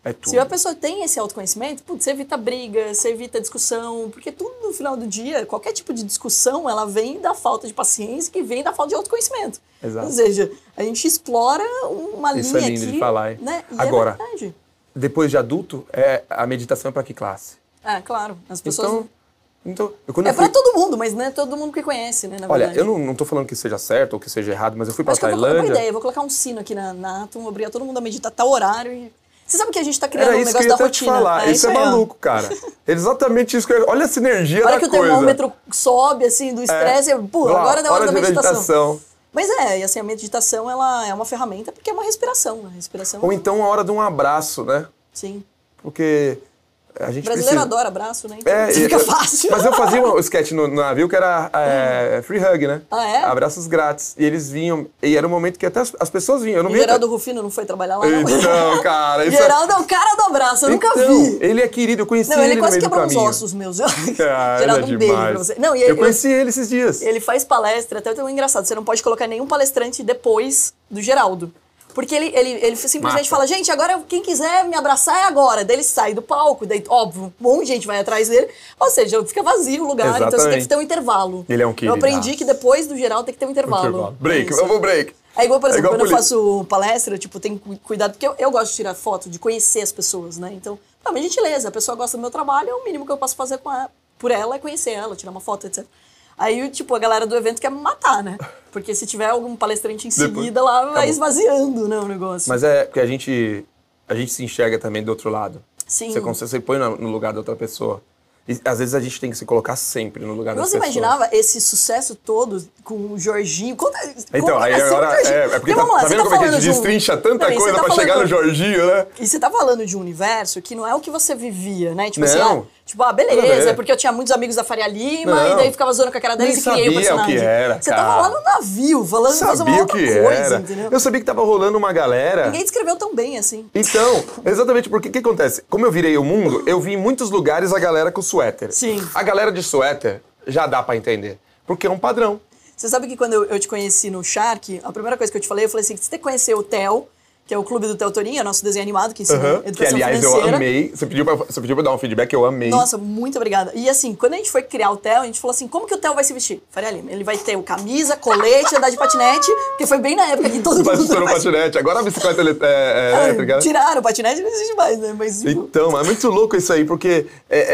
É tudo. Se a pessoa tem esse autoconhecimento, putz, você evita briga, você evita discussão, porque tudo no final do dia, qualquer tipo de discussão, ela vem da falta de paciência, que vem da falta de autoconhecimento. Exato. Ou seja, a gente explora uma Isso linha é lindo aqui, de falar, hein? né? E Agora, é verdade. depois de adulto, a meditação é para que classe? Claro, as pessoas... Então É pra todo mundo, mas não é todo mundo que conhece, né, na verdade. Olha, eu não tô falando que seja certo ou que seja errado, mas eu fui pra Acho que eu Tailândia... vou colocar uma ideia, eu vou colocar um sino aqui na Atom, obrigar todo mundo a meditar tal horário e... Você sabe que a gente tá criando Era um isso que negócio eu ia da até te rotina. falar. Isso é aí, ó. maluco, cara. Exatamente isso que eu... Olha a sinergia Hora da que o coisa. termômetro sobe, assim, do estresse, pô, agora é a hora da meditação. Mas e assim, a meditação, ela é uma ferramenta porque é uma respiração, né? Respiração... Ou então a hora de um abraço, né? Sim. Porque a gente O brasileiro precisa... adora abraço, né? Então fica fácil. Mas eu fazia um sketch no navio que era free hug, né? Ah, é? Abraços grátis. E eles vinham, e era um momento que até as pessoas vinham. Eu não O via Geraldo Rufino não foi trabalhar lá, não? Então, cara... Isso Geraldo é o cara do abraço, eu nunca então, vi. ele é querido, eu conheci Não, ele no quase meio do quebrou os caminho. ossos meus. Geraldo, um beijo pra você. Não, eu conheci ele esses dias. Ele faz palestra, até tem um engraçado, você não pode colocar nenhum palestrante depois do Geraldo. Porque ele simplesmente fala, gente, agora quem quiser me abraçar é agora. Daí ele sai do palco, daí, óbvio, um monte de gente vai atrás dele. Ou seja, fica vazio o lugar, Exatamente. então você tem que ter um intervalo. Ele é um querido. Eu aprendi que depois do Geraldo tem que ter um intervalo. Break, É eu vou break. É igual, por exemplo, igual quando eu faço palestra, tipo, tem que cuidado, porque eu gosto de tirar foto, de conhecer as pessoas, né? Então, tá, mas gentileza, a pessoa gosta do meu trabalho, o mínimo que eu posso fazer por ela é conhecer ela, tirar uma foto, etc. Aí, tipo, a galera do evento quer me matar, né? Porque se tiver algum palestrante em seguida, lá vai esvaziando, né, o negócio. Mas é porque a gente se enxerga também do outro lado. Sim. Você põe no lugar da outra pessoa. E às vezes a gente tem que se colocar sempre no lugar da Você pessoa. imaginava esse sucesso todo com o Jorginho? Então, aí agora... porque vamos lá, tá vendo como é que a gente destrincha tanta coisa pra chegar no Jorginho, né? E você tá falando de um universo que não é o que você vivia, né? Tipo não. assim, beleza, é porque eu tinha muitos amigos da Faria Lima, não. e daí ficava zoando com a cara deles e criei o personagem. O que era, você tava lá no navio, falando fazer uma outra coisa, entendeu? Eu sabia que tava rolando uma galera... Ninguém descreveu tão bem, assim. Então, exatamente, porque o que acontece? Como eu virei o mundo, eu vi em muitos lugares a galera com suéter. Sim. A galera de suéter já dá pra entender, porque é um padrão. Você sabe que quando eu te conheci no Shark, a primeira coisa que eu falei assim, você tem que conhecer o Theo, que é o Clube do Theo Torinho, nosso desenho animado que ensina educação que, aliás, financeira. eu amei. Você pediu pra dar um feedback, eu amei. Nossa, muito obrigada. E assim, quando a gente foi criar o Theo, a gente falou assim, como que o Theo vai se vestir? Faria Lima, ele vai ter o camisa, colete, andar de patinete, porque foi bem na época que todo mundo... no patinete, agora a bicicleta elétrica. Tiraram o patinete, não existe mais, né? Mas, então, é muito louco isso aí, porque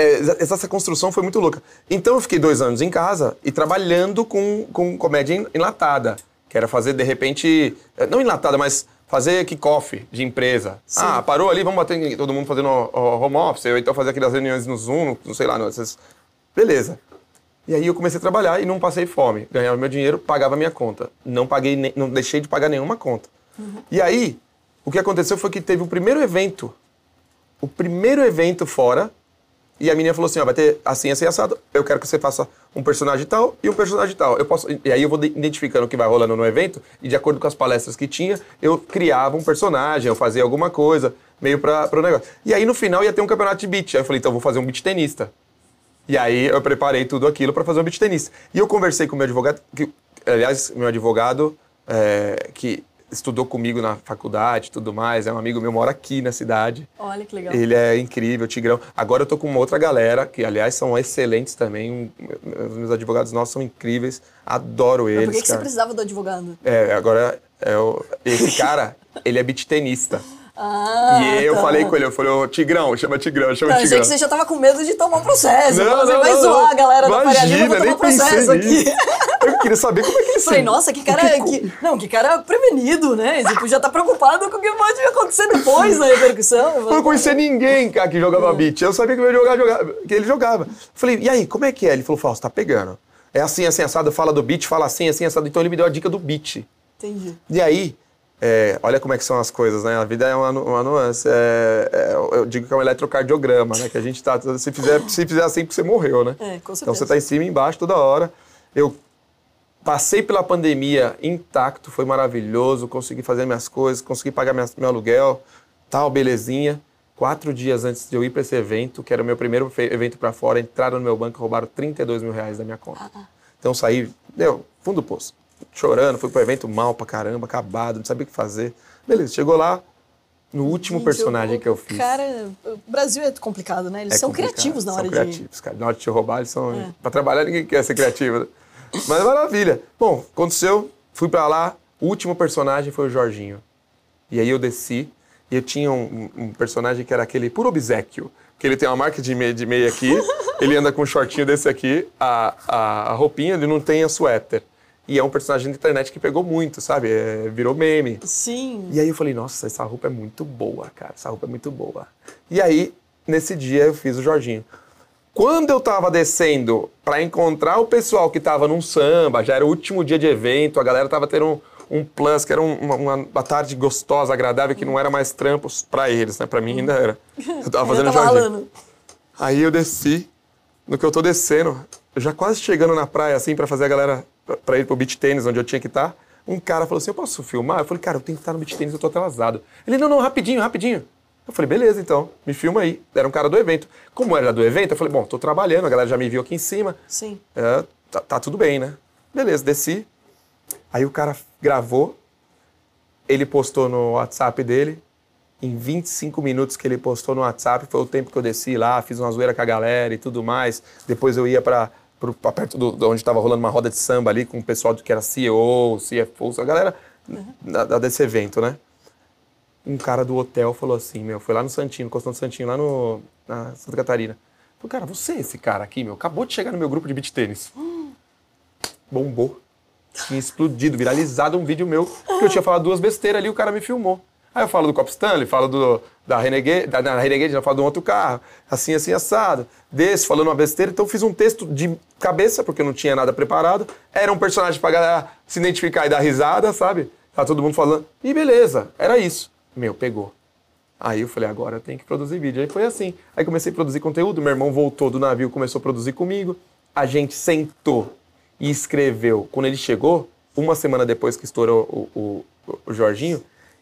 essa construção foi muito louca. Então eu fiquei 2 anos em casa e trabalhando com comédia enlatada, que era fazer, de repente, não enlatada, mas... fazer kickoff de empresa. Sim. Parou ali, vamos bater todo mundo fazendo home office, ou então fazer aquelas reuniões no Zoom, não sei lá, beleza. E aí eu comecei a trabalhar e não passei fome. Ganhava meu dinheiro, pagava minha conta. Não deixei de pagar nenhuma conta. Uhum. E aí, o que aconteceu foi que teve o primeiro evento fora, e a menina falou assim, vai ter assim, assado, eu quero que você faça um personagem tal e um personagem tal. E aí eu vou identificando o que vai rolando no evento, e de acordo com as palestras que tinha, eu criava um personagem, eu fazia alguma coisa, meio pro negócio. E aí no final ia ter um campeonato de beach. Aí eu falei, então eu vou fazer um beach tenista. E aí eu preparei tudo aquilo para fazer um beach tenista. E eu conversei com o meu advogado, aliás, meu advogado, que estudou comigo na faculdade e tudo mais, é um amigo meu, mora aqui na cidade. Olha que legal. Ele é incrível, Tigrão. Agora eu tô com uma outra galera, que aliás são excelentes também, meus advogados nossos são incríveis, adoro eles. Mas por que você precisava do advogado? Esse cara, ele é beach tenista. E eu falei com ele, eu falei, Tigrão, chama Tigrão. Eu achei que você já tava com medo de tomar um processo. Não, você vai zoar a galera da Faria Lima, vou tomar processo aqui. Eu queria saber como é que ele falei, nossa, que cara prevenido, né? Você já tá preocupado com o que pode acontecer depois na repercussão. Eu não conhecia ninguém, cara, que jogava beach. Eu sabia que ele jogava. Falei, e aí, como é que é? Ele falou, Fausto, tá pegando. É assim, assim, assado, fala do beach, fala assim, assim, assado. Então ele me deu a dica do beach. Entendi. E aí... olha como é que são as coisas, né? A vida é uma nuance. Eu digo que é um eletrocardiograma, né? Que a gente tá... Se fizer assim, você morreu, né? Com certeza. Então você tá em cima e embaixo toda hora. Eu passei pela pandemia intacto, foi maravilhoso. Consegui fazer minhas coisas, consegui pagar meu aluguel, tal, belezinha. 4 dias antes de eu ir pra esse evento, que era o meu primeiro evento pra fora, entraram no meu banco e roubaram 32 mil reais da minha conta. Então saí, fundo do poço. Chorando, fui pro evento mal pra caramba, acabado, não sabia o que fazer. Beleza, chegou lá, No último Gente, personagem que eu fiz. Cara, o Brasil é complicado, né? Eles são complicado, criativos na hora são de... criativos, cara. Na hora de te roubar, eles são... Pra trabalhar, ninguém quer ser criativo. Né? Mas maravilha. Bom, aconteceu, fui pra lá, o último personagem foi o Jorginho. E aí eu desci, e eu tinha um personagem que era aquele por obséquio, que ele tem uma marca de meia aqui, ele anda com um shortinho desse aqui, a roupinha, ele não tem a suéter. E é um personagem da internet que pegou muito, sabe? Virou meme. Sim. E aí eu falei, nossa, essa roupa é muito boa, cara. Essa roupa é muito boa. E aí, nesse dia, eu fiz o Jorginho. Quando eu tava descendo pra encontrar o pessoal que tava num samba, já era o último dia de evento, a galera tava tendo um plus, que era uma tarde gostosa, agradável, que não era mais trampos pra eles, né? Pra mim ainda era. Eu tava fazendo Jorginho. Ralando. Aí eu desci, no que eu tô descendo, eu já quase chegando na praia, assim, pra fazer a galera... pra ir pro beach tênis, onde eu tinha que estar, um cara falou assim, eu posso filmar? Eu falei, cara, eu tenho que estar no beach tênis, eu tô atrasado. Ele, não, rapidinho. Eu falei, beleza, então, me filma aí. Era um cara do evento. Como era do evento, eu falei, bom, tô trabalhando, a galera já me viu aqui em cima. Sim. Tá tudo bem, né? Beleza, desci. Aí o cara gravou, ele postou no WhatsApp dele. Em 25 minutos que ele postou no WhatsApp, foi o tempo que eu desci lá, fiz uma zoeira com a galera e tudo mais. Depois eu ia pra perto de onde estava rolando uma roda de samba ali, com o pessoal que era CEO, CFO, a galera desse evento, né? Um cara do hotel falou assim, foi lá no Santinho, no Costão do Santinho, lá na Santa Catarina. Falei, cara, você é esse cara aqui, acabou de chegar no meu grupo de beach tênis. Bombou. Tinha explodido, viralizado um vídeo meu, que eu tinha falado 2 besteiras ali, o cara me filmou. Aí eu falo do Cop Stanley, falo da Renegade, eu falo de um outro carro, assim, assado, falando uma besteira. Então eu fiz um texto de cabeça, porque eu não tinha nada preparado. Era um personagem pra galera se identificar e dar risada, sabe? Tá todo mundo falando. E beleza, era isso. Pegou. Aí eu falei, agora eu tenho que produzir vídeo. Aí foi assim. Aí comecei a produzir conteúdo, meu irmão voltou do navio, começou a produzir comigo. A gente sentou e escreveu. Quando ele chegou, uma semana depois que estourou o Jorginho,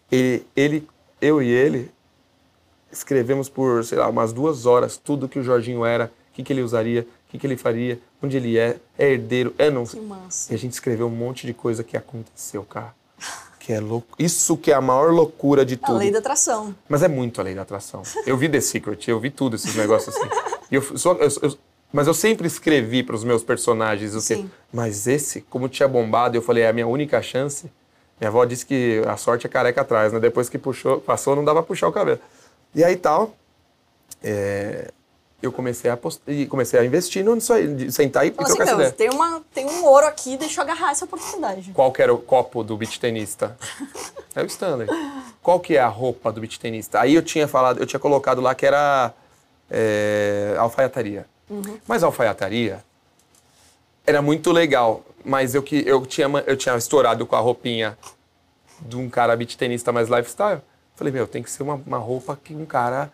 eu e ele escrevemos por, sei lá, umas 2 horas tudo que o Jorginho era, o que ele usaria, o que ele faria, onde ele é herdeiro, não sei. Que massa. E a gente escreveu um monte de coisa que aconteceu, cara. Que é louco. Isso que é a maior loucura de tudo. A lei da atração. Mas é muito a lei da atração. Eu vi The Secret, eu vi tudo esses negócios assim. Mas eu sempre escrevi para os meus personagens o quê? Mas esse, como tinha bombado, eu falei, é a minha única chance. Minha avó disse que a sorte é careca atrás, né? Depois que passou, não dava pra puxar o cabelo. E aí tal, eu comecei a investir nisso aí, de sentar e trocar essa ideia. Tem um ouro aqui, deixa eu agarrar essa oportunidade. Qual que era o copo do beach tenista? É o Stanley. Qual que é a roupa do beach tenista? Aí eu tinha colocado lá que era alfaiataria. Mas a alfaiataria era muito legal, mas eu tinha estourado com a roupinha de um cara beach tenista mais lifestyle. Falei, tem que ser uma roupa que um cara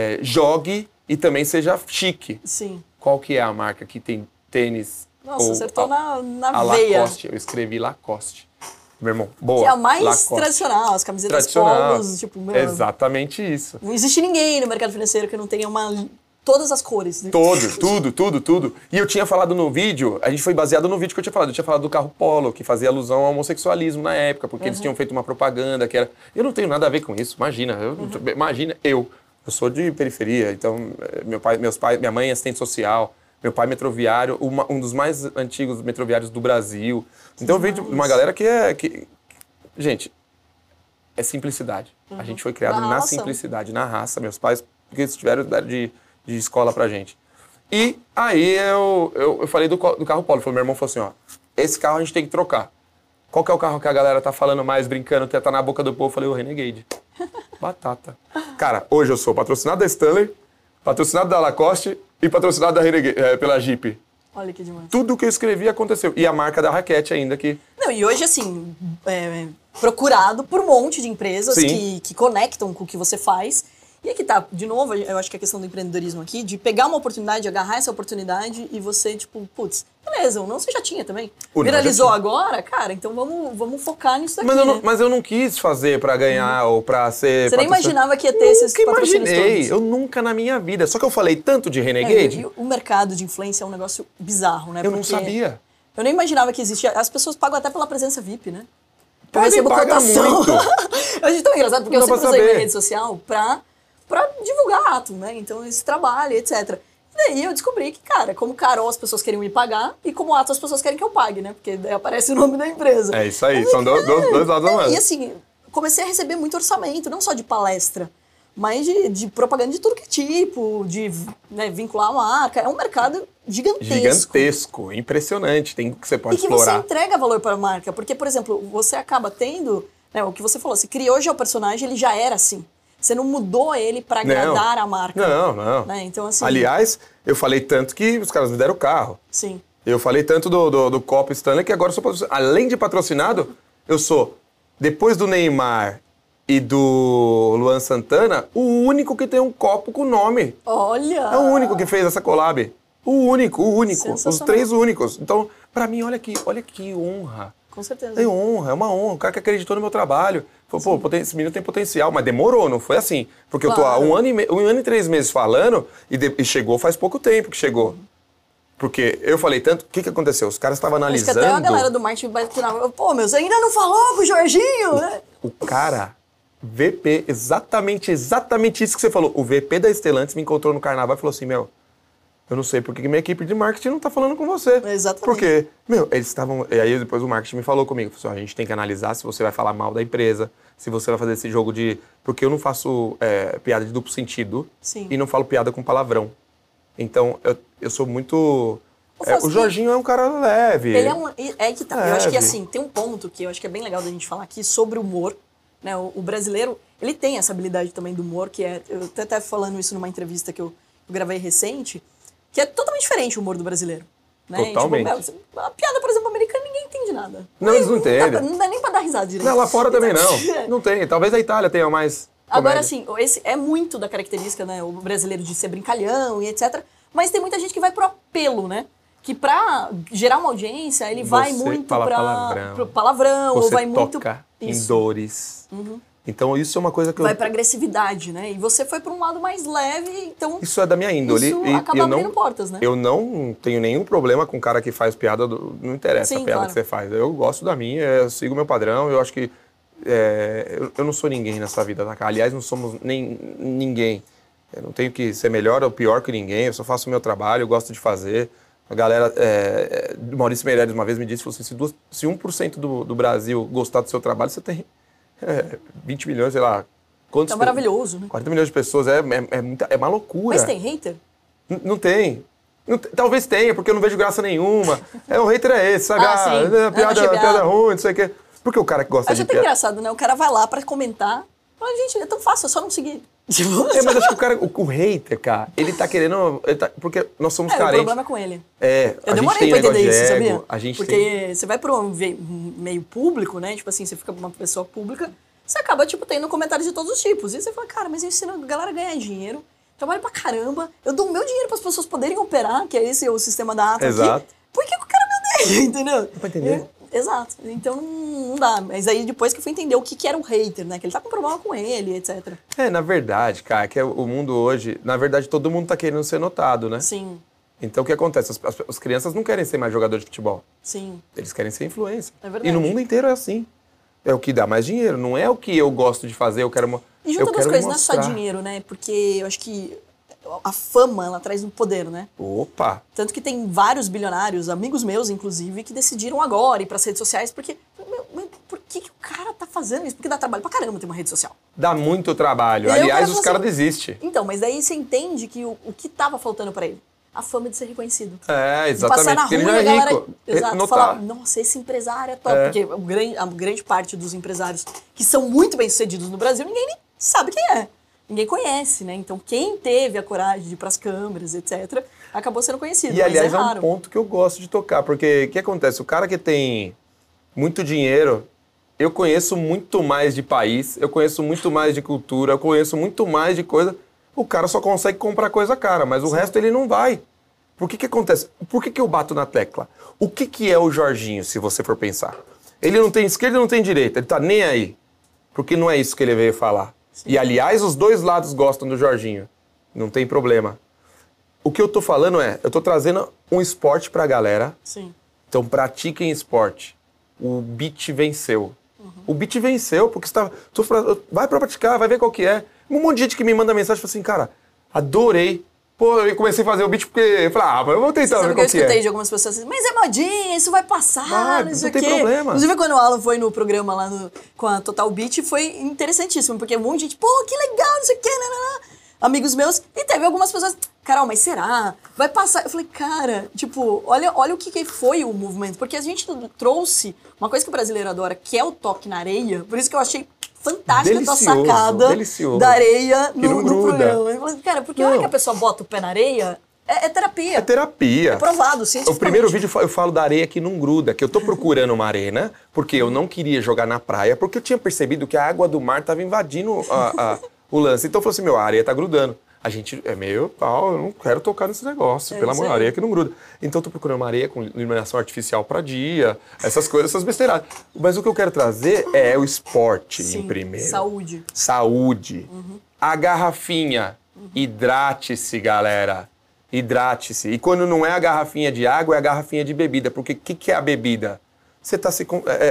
jogue e também seja chique. Sim. Qual que é a marca que tem tênis? Nossa, acertou na a veia. Lacoste, eu escrevi Lacoste. Meu irmão, boa. Que é a mais Lacoste. Tradicional, as camisetas polos, Exatamente isso. Não existe ninguém no mercado financeiro que não tenha todas as cores. Né? Tudo. E eu tinha falado no vídeo, a gente foi baseado no vídeo que eu tinha falado do carro Polo, que fazia alusão ao homossexualismo na época, porque eles tinham feito uma propaganda que era... Eu não tenho nada a ver com isso, imagina. Eu sou de periferia, então minha mãe é assistente social, meu pai é metroviário, um dos mais antigos metroviários do Brasil. Então eu venho de uma galera que gente, é simplicidade. A gente foi criado na simplicidade, na raça. Meus pais, porque eles tiveram de escola pra gente. E aí eu falei do carro Polo. Meu irmão falou assim, ó, esse carro a gente tem que trocar. Qual que é o carro que a galera tá falando mais, brincando, tá na boca do povo? Eu falei, o Renegade. Batata. Cara, hoje eu sou patrocinado da Stanley, patrocinado da Lacoste e patrocinado da Renegade, pela Jeep. Olha que demais. Tudo que eu escrevi aconteceu. E a marca da raquete ainda que... Não, e hoje, assim, procurado por um monte de empresas que conectam com o que você faz. E aqui tá, de novo, eu acho que a questão do empreendedorismo aqui, de pegar uma oportunidade, agarrar essa oportunidade e você, tipo, putz, beleza, o não você já tinha também. Viralizou agora, cara, então vamos focar nisso aqui, mas eu não quis fazer pra ganhar ou pra ser... Você nem imaginava que ia ter esses patrocínios todos. Eu nunca na minha vida. Só que eu falei tanto de Renegade... O mercado de influência é um negócio bizarro, né? Eu não sabia. Eu nem imaginava que existia. As pessoas pagam até pela presença VIP, né? Eu recebo paga cotação. muito. Eu acho tão engraçado, porque Não eu dá sempre pra usei minha saber. rede social pra divulgar ato, né? Então, esse trabalho, etc. E daí eu descobri que, cara, como Carol as pessoas querem me pagar e como ato as pessoas querem que eu pague, né? Porque daí aparece o nome da empresa. É isso aí, são dois lados da moeda. E assim, comecei a receber muito orçamento, não só de palestra, mas de propaganda de tudo que é tipo, de vincular a marca. É um mercado gigantesco. Gigantesco, impressionante, tem que você pode E que explorar. você entrega valor para a marca. Porque, por exemplo, você acaba tendo, né, o que você falou, você criou já o personagem, ele já era assim. Você não mudou ele para agradar a marca. Não. Né? Então, assim, Aliás, eu falei tanto que os caras me deram o carro. sim. Eu falei tanto do Copo Stanley que agora eu sou patrocinado. Além de patrocinado, eu sou, depois do Neymar e do Luan Santana, o único que tem um copo com nome. Olha! É o único que fez essa collab. O único. Os 3 únicos. Então, pra mim, olha que honra. Com certeza. É uma honra. O cara que acreditou no meu trabalho. Falou, pô, esse menino tem potencial, mas demorou, não foi assim. Porque eu tô há Claro. 1 ano e 3 meses falando e chegou faz pouco tempo que chegou. Porque eu falei tanto, o que aconteceu? Os caras estavam Acho que analisando. até a galera do marketing vai tirar. Pô, meu, você ainda não falou com o Jorginho, né? O cara, VP, exatamente isso que você falou. O VP da Stellantis me encontrou no carnaval e falou assim, meu, eu não sei por que minha equipe de marketing não tá falando com você. Exatamente. Porque, meu, eles estavam... E aí depois o marketing me falou comigo. Falou assim, a gente tem que analisar se você vai falar mal da empresa, se você vai fazer esse jogo de... Porque eu não faço piada de duplo sentido. Sim. E não falo piada com palavrão. Então, eu sou muito... Fausto, o Jorginho é um cara leve. Ele é um. É que tá. Eu acho que Leve. assim, tem um ponto que eu acho que é bem legal da gente falar aqui sobre humor. Né? O brasileiro, ele tem essa habilidade também do humor, que é. Eu até estava falando isso numa entrevista que eu gravei recente, que é totalmente diferente o humor do brasileiro. Né? Totalmente. Tipo, a piada, por exemplo, americana, ninguém entende nada. Não, eles não entendem. Não dá nem pra dar risada direito. Não, lá fora também não. Não tem. Talvez a Itália tenha mais Agora, comédia. assim, esse é muito da característica, né, o brasileiro de ser brincalhão e etc. Mas tem muita gente que vai pro apelo, né? Que pra gerar uma audiência, ele vai Você muito fala pro palavrão, ou Você vai muito... toca em Isso. dores. Então isso é uma coisa que Vai pra agressividade, né? E você foi pra um lado mais leve, então... Isso é da minha índole. Isso e acaba eu abrindo não, portas, né? Eu não tenho nenhum problema com o cara que faz piada. Não interessa Sim, a piada claro. que você faz. Eu gosto da minha, eu sigo o meu padrão. Eu acho que eu não sou ninguém nessa vida, tá? Aliás, não somos nem ninguém. Eu não tenho que ser melhor ou pior que ninguém. Eu só faço o meu trabalho, eu gosto de fazer. A galera... Maurício Meirelles uma vez me disse, falou assim, se 1% do Brasil gostar do seu trabalho, você tem 20 milhões, sei lá. Quantos É maravilhoso, né? 40 milhões de pessoas, é uma loucura. Mas tem hater? Não tem. Talvez tenha, porque eu não vejo graça nenhuma. O hater é esse, sabe? Ah, sim. Piada ruim, não sei o quê. Porque o cara que gosta Acho de até piada... engraçado, né? O cara vai lá pra comentar. Fala, gente, é tão fácil, é só não seguir. Tipo, mas acho que o cara, o hater, cara, ele tá querendo... porque nós somos o carentes. problema é com ele. A Eu gente demorei tem pra um negócio entender de isso, ego, sabia? a gente Porque tem... você vai pro meio público, né? Tipo assim, você fica uma pessoa pública, você acaba, tipo, tendo comentários de todos os tipos. E você fala, cara, mas eu ensino a galera a ganhar dinheiro, trabalho pra caramba, eu dou o meu dinheiro pras pessoas poderem operar, que é esse o sistema da ata Exato. aqui. Por que o cara me odeia, entendeu? Dá pra entender. Exato. Então não dá. Mas aí depois que eu fui entender o que era um hater, né? Que ele tá com problema com ele, etc. Na verdade, cara, que o mundo hoje... Na verdade, todo mundo tá querendo ser notado, né? Sim, Então, o que acontece? As crianças não querem ser mais jogador de futebol. sim. Eles querem ser influencer. É verdade. E no mundo inteiro é assim. É o que dá mais dinheiro. Não é o que eu gosto de fazer, eu quero... E eu junto das quero coisas, não é só mostrar. dinheiro, né? Porque eu acho que a fama, ela traz um poder, né? Opa! Tanto que tem vários bilionários, amigos meus, inclusive, que decidiram agora ir pras redes sociais, porque... por que o cara tá fazendo isso? Porque dá trabalho pra caramba ter uma rede social. Dá muito trabalho. E aí o Aliás, cara os fala caras assim, desistem. Então, mas daí você entende que o que tava faltando pra ele? A fama de ser reconhecido. É, De passar exatamente. na Porque ele rua já e a é galera... rico. Exato, Notar. falar, nossa, esse empresário é top. É. Porque a grande parte dos empresários que são muito bem-sucedidos no Brasil, ninguém nem sabe quem é. Ninguém conhece, né? Então, quem teve a coragem de ir pras câmeras, etc., acabou sendo conhecido. E, aliás, mas é um raro. ponto que eu gosto de tocar. Porque o que acontece? O cara que tem muito dinheiro... Eu conheço muito mais de país, eu conheço muito mais de cultura, eu conheço muito mais de coisa. O cara só consegue comprar coisa cara, mas o resto ele não vai. Por que acontece? Por que eu bato na tecla? O que é o Jorginho, se você for pensar? Ele não tem esquerda e não tem direita, ele tá nem aí. Porque não é isso que ele veio falar. Sim. E, aliás, os dois lados gostam do Jorginho. Não tem problema. O que eu tô falando eu tô trazendo um esporte pra galera. Sim. Então, pratiquem esporte. O beat venceu. O beat venceu, porque vai pra praticar, vai ver qual que é. Um monte de gente que me manda mensagem e fala assim, cara, adorei. Pô, eu comecei a fazer o beat porque eu falei, mas eu vou tentar ver qual que é. Eu escutei de algumas pessoas assim, mas é modinha, isso vai passar, não sei o quê. Não tem problema. Inclusive, quando o Alan foi no programa lá com a Total Beat, foi interessantíssimo, porque um monte de gente, pô, que legal, não sei o quê, amigos meus, e teve algumas pessoas, Carol, mas será? Vai passar? Eu falei, cara, tipo, olha o que foi o movimento, porque a gente trouxe uma coisa que o brasileiro adora, que é o toque na areia, por isso que eu achei fantástica a tua sacada da areia no programa. Eu falei, cara, porque a hora que a pessoa bota o pé na areia, é terapia. É terapia. É provado, cientificamente. O primeiro vídeo eu falo da areia que não gruda, que eu tô procurando uma arena, porque eu não queria jogar na praia, porque eu tinha percebido que a água do mar tava invadindo o lance. Então eu falei assim, a areia tá grudando. A gente é meio pau, eu não quero tocar nesse negócio, pelo amor, areia que não gruda. Então eu tô procurando uma areia com iluminação artificial pra dia, essas coisas, essas besteiradas. Mas o que eu quero trazer é o esporte em primeiro. Saúde. A garrafinha. Hidrate-se, galera. Hidrate-se. E quando não é a garrafinha de água, é a garrafinha de bebida. Porque o que é a bebida? Você tá se...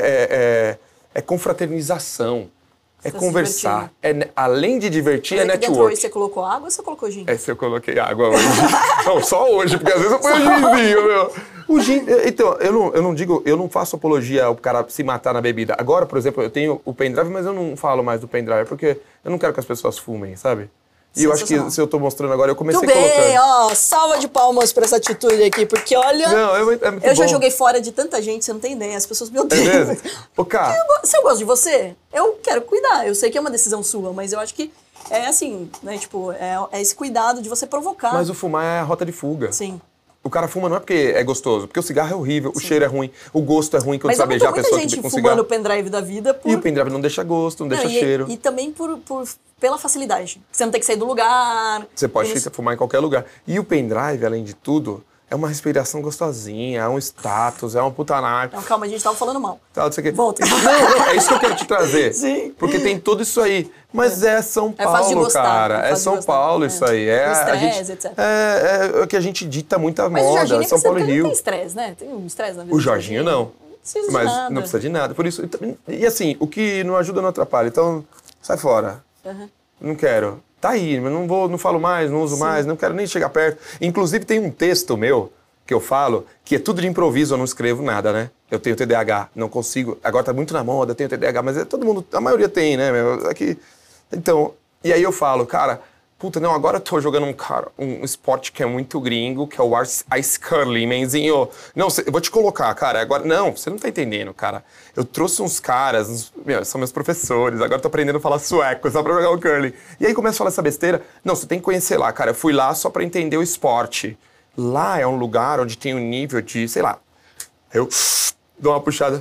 É confraternização. É conversar. Além de divertir, é network. Você colocou água ou você colocou gin? Esse eu coloquei água hoje. Não, só hoje, porque às vezes eu ponho ginzinho, meu. O gin... Então, eu não faço apologia ao cara se matar na bebida. Agora, por exemplo, eu tenho o pendrive, mas eu não falo mais do pendrive, porque eu não quero que as pessoas fumem, sabe? E eu acho que se eu tô mostrando agora, eu comecei colocando. Tudo bem, ó, salva de palmas pra essa atitude aqui, porque olha... Não, é muito eu já joguei fora de tanta gente, você não tem ideia, as pessoas me odeiam. É mesmo? Ô, cara... Se eu gosto de você, eu quero cuidar, eu sei que é uma decisão sua, mas eu acho que é assim, né, tipo, é esse cuidado de você provocar. Mas o fumar é a rota de fuga. Sim. O cara fuma não é porque é gostoso, porque o cigarro é horrível, o cheiro é ruim, o gosto é ruim quando você vai beijar a pessoa que com cigarro. Mas fumando o pendrive da vida E o pendrive não deixa gosto, não deixa cheiro. E também pela facilidade. Você não tem que sair do lugar. Você pode fumar em qualquer lugar. E o pendrive, além de tudo, é uma respiração gostosinha, é um status, é uma putanagem. Não, calma, a gente tava falando mal. Tá, você quer... Volta. Não, é isso que eu quero te trazer. Sim. Porque tem tudo isso aí. Mas é São Paulo, fácil de gostar, cara. É São Paulo isso aí. O estresse, etc. É que a gente dita muita mas moda, o Jorginho São Paulo e Rio. Tem estresse, né? Tem um estresse na vida. O Jorginho não. Não precisa mas de nada. não precisa de nada. Por isso, e assim, o que não ajuda não atrapalha. Então, sai fora. Não quero. Tá aí, mas não falo mais, não uso mais, não quero nem chegar perto. Inclusive tem um texto meu que eu falo, que é tudo de improviso, eu não escrevo nada, né? Eu tenho TDAH, não consigo... Agora tá muito na moda, eu tenho TDAH, mas todo mundo, a maioria tem, né? Aqui, então, e aí eu falo, cara, puta, não, agora eu tô jogando um esporte que é muito gringo, que é o Ice Curling, menzinho. Não, eu vou te colocar, cara, agora... Não, você não tá entendendo, cara. Eu trouxe uns caras, são meus professores, agora eu tô aprendendo a falar sueco, só pra jogar o curling. E aí começa a falar essa besteira. Não, você tem que conhecer lá, cara. Eu fui lá só pra entender o esporte. Lá é um lugar onde tem um nível de, sei lá, eu dou uma puxada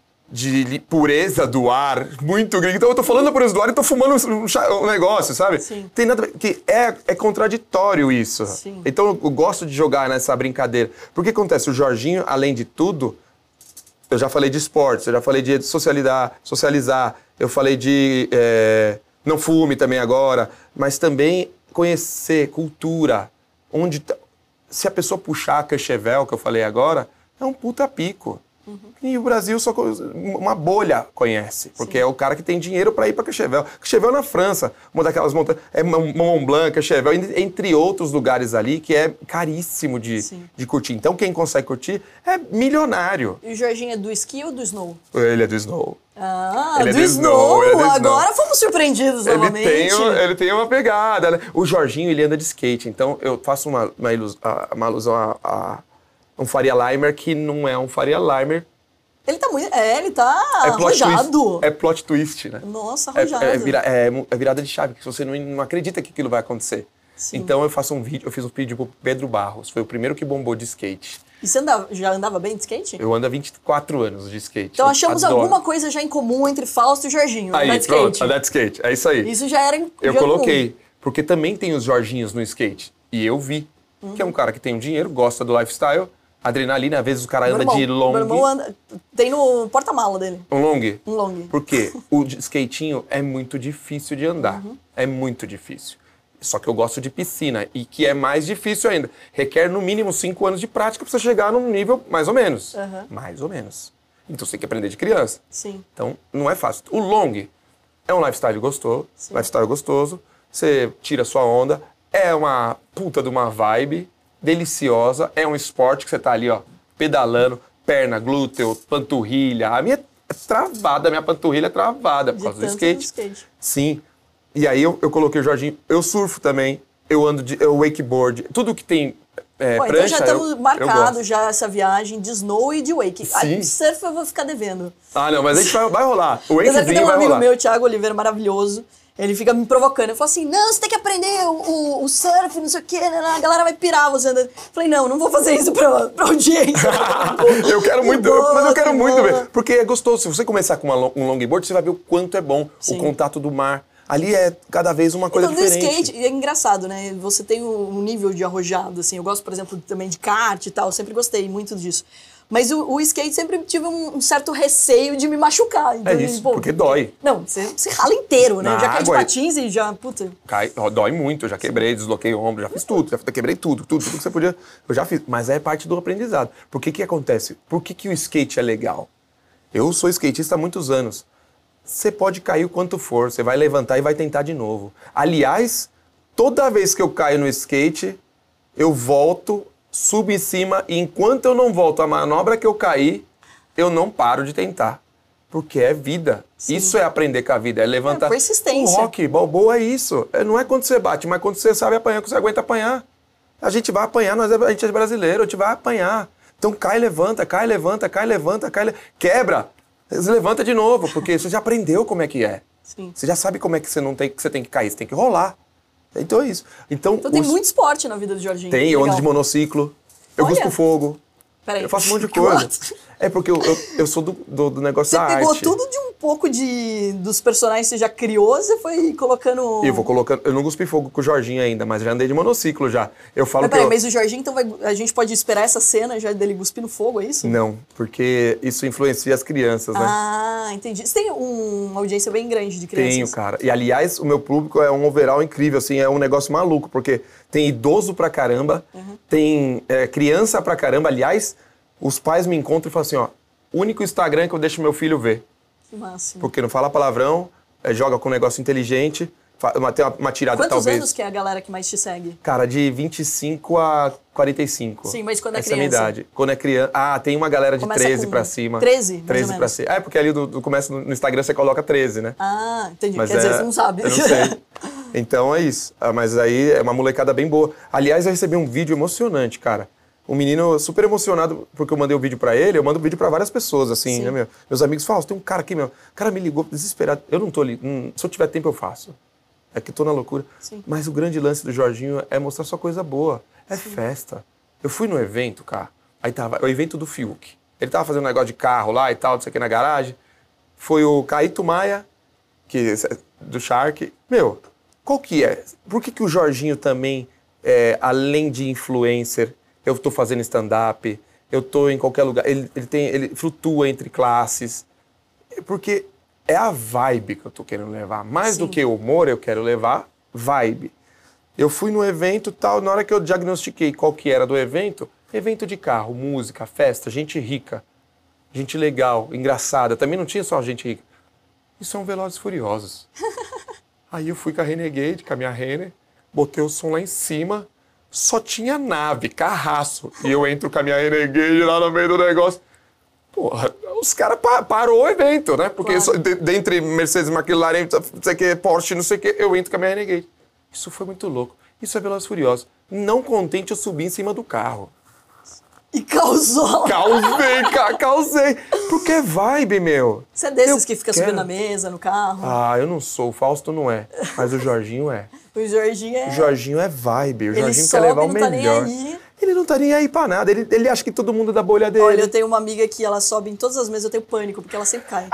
de pureza do ar muito grande. Então eu tô falando da pureza do ar e tô fumando um negócio, sabe? Sim. Tem nada a ver, que é contraditório isso. Sim. Então eu gosto de jogar nessa brincadeira. Porque acontece, o Jorginho, além de tudo, eu já falei de esportes, eu já falei de socializar, eu falei de não fume também agora, mas também conhecer cultura, onde... Se a pessoa puxar a Courchevel, que eu falei agora, é um puta pico. E o Brasil só uma bolha conhece, porque é o cara que tem dinheiro para ir para Courchevel. Courchevel é na França, uma daquelas montanhas, é Mont Blanc, Courchevel, entre outros lugares ali, que é caríssimo de curtir. Então quem consegue curtir é milionário. E o Jorginho é do esqui ou do snow? Ele é do snow. Ah, ele é do snow. Agora fomos surpreendidos novamente. Ele tem uma pegada, né? O Jorginho, ele anda de skate, então eu faço uma alusão a um Faria Limer que não é um Faria Limer. Ele tá muito... ele tá arrojado. É plot twist, né? Nossa, arrojado. É virada de chave, que você não acredita que aquilo vai acontecer. Sim. Então eu fiz um vídeo pro Pedro Barros, foi o primeiro que bombou de skate. E você já andava bem de skate? Eu ando há 24 anos de skate. Então achamos alguma coisa já em comum entre Fausto e Jorginho. Aí, pronto, andar de skate. É isso aí. Isso já era Eu coloquei, porque também tem os Jorginhos no skate. E eu vi, que é um cara que tem um dinheiro, gosta do lifestyle, adrenalina, às vezes o cara anda de long. Meu irmão tem no porta-mala dele. Um long? Um long. Por quê? O skatinho é muito difícil de andar. É muito difícil. Só que eu gosto de piscina, e que é mais difícil ainda. Requer no mínimo 5 anos de prática pra você chegar num nível mais ou menos. Mais ou menos. Então você tem que aprender de criança. Sim. Então não é fácil. O long é um lifestyle gostoso, você tira sua onda, é uma puta de uma vibe deliciosa, é um esporte que você tá ali, ó, pedalando, perna, glúteo, panturrilha. A minha é travada, a minha panturrilha é travada por causa do skate. Sim. E aí eu coloquei o Jorginho, eu surfo também, eu ando de wakeboard, tudo que tem Pô, prancha, então já estamos marcados eu essa viagem de snow e de wake. Sim. Surf eu vou ficar devendo. Ah, não, mas a gente vai rolar. O Mas aqui tem wakezinho um vai amigo rolar. meu, Thiago Oliveira, maravilhoso. Ele fica me provocando. Eu falo assim, não, você tem que aprender o surf, não sei o quê, né? A galera vai pirar você andando. Eu falei, não vou fazer isso pra audiência. Eu quero muito, mas eu quero muito ver. Porque é gostoso. Se você começar com um longboard, você vai ver o quanto é bom. Sim. O contato do mar. Ali é cada vez uma coisa então, diferente. No skate, é engraçado, né? Você tem um nível de arrojado, assim. Eu gosto, por exemplo, também de kart e tal. Eu sempre gostei muito disso. Mas o skate sempre tive um certo receio de me machucar. Então, isso, porque dói. Não, você rala inteiro, né? Na Eu já caí de água, patins e já, puta... Dói muito, eu já quebrei, desloquei o ombro, já fiz tudo, já quebrei tudo que você podia, eu já fiz. Mas é parte do aprendizado. Por que acontece? Por que o skate é legal? Eu sou skatista há muitos anos. Você pode cair o quanto for, você vai levantar e vai tentar de novo. Aliás, toda vez que eu caio no skate, eu volto, subo em cima e enquanto eu não volto a manobra que eu caí, eu não paro de tentar. Porque é vida. Sim. Isso é aprender com a vida, é levantar. Persistência. O rock, balboa é isso. Não é quando você bate, mas quando você sabe apanhar, quando você aguenta apanhar. A gente vai apanhar, a gente é brasileiro, a gente vai apanhar. Então cai, levanta, quebra. Você levanta de novo, porque você já aprendeu como é que é. Sim. Você já sabe como é que você tem que cair, você tem que rolar. Então é isso. Então tem muito esporte na vida do Jorginho. Tem, eu ando de monociclo, eu cuspo fogo. Peraí. Eu faço um monte de coisa. É porque eu sou do negócio da arte. Você pegou tudo de um pouco dos personagens que você já criou, você foi colocando... Eu vou colocando... Eu não cuspi fogo com o Jorginho ainda, mas já andei de monociclo já. Eu falo mas o Jorginho, então, a gente pode esperar essa cena já dele cuspir no fogo, é isso? Não, porque isso influencia as crianças, né? Ah, entendi. Você tem uma audiência bem grande de crianças? Tenho, cara. E, aliás, o meu público é um overall incrível, assim, é um negócio maluco, porque tem idoso pra caramba, tem criança pra caramba. Aliás, os pais me encontram e falam assim, ó, único Instagram que eu deixo meu filho ver. Que máximo. Porque não fala palavrão, joga com um negócio inteligente, tem uma tirada Quantos talvez... Quantos anos que é a galera que mais te segue? Cara, de 25 a 45. Sim, mas quando é criança? Essa é a minha idade. Quando é criança... Ah, tem uma galera de 13 pra cima. 13? 13 pra cima. É, porque ali do começo no Instagram você coloca 13, né? Ah, entendi. Mas quer dizer, você não sabe. Eu não sei. Então é isso. Mas aí é uma molecada bem boa. Aliás, eu recebi um vídeo emocionante, cara. Um menino super emocionado porque eu mandei o vídeo pra ele, eu mando o vídeo pra várias pessoas, assim, Sim. né, meu? Meus amigos falam, tem um cara aqui, meu. O cara me ligou desesperado. Eu não tô ali. Se eu tiver tempo, eu faço. É que tô na loucura. Sim. Mas o grande lance do Jorginho é mostrar só coisa boa. É festa. Eu fui no evento, cara. Aí tava o evento do Fiuk. Ele tava fazendo um negócio de carro lá e tal, não sei o que, na garagem. Foi o Caíto Maia, do Shark. Meu, qual que é? Por que o Jorginho também, além de influencer, eu tô fazendo stand-up, eu tô em qualquer lugar, ele flutua entre classes. Porque é a vibe que eu tô querendo levar. Mais do que humor, eu quero levar vibe. Eu fui no evento e tal, na hora que eu diagnostiquei qual que era do evento de carro, música, festa, gente rica, gente legal, engraçada. Também não tinha só gente rica. Isso é um Velozes e Furiosos. Aí eu fui com a Renegade, com a minha Renner, botei o som lá em cima, só tinha nave, carraço. E eu entro com a minha Renegade lá no meio do negócio. Porra, os caras parou o evento, né? Porque dentre Mercedes, McLaren, não sei o que, Porsche, não sei o que, eu entro com a minha Renegade. Isso foi muito louco. Isso é Velozes e Furiosos. Não contente, eu subi em cima do carro. E causou. Causei. Porque é vibe, meu. Você é desses que fica subindo na mesa, no carro? Ah, eu não sou. O Fausto não é. Mas o Jorginho é. O Jorginho é... O Jorginho é vibe. O Jorginho quer sobe, levar o não tá melhor. nem aí. Ele não tá nem aí pra nada. Ele acha que todo mundo é da bolha dele. Olha, eu tenho uma amiga que ela sobe em todas as mesas, eu tenho pânico, porque ela sempre cai.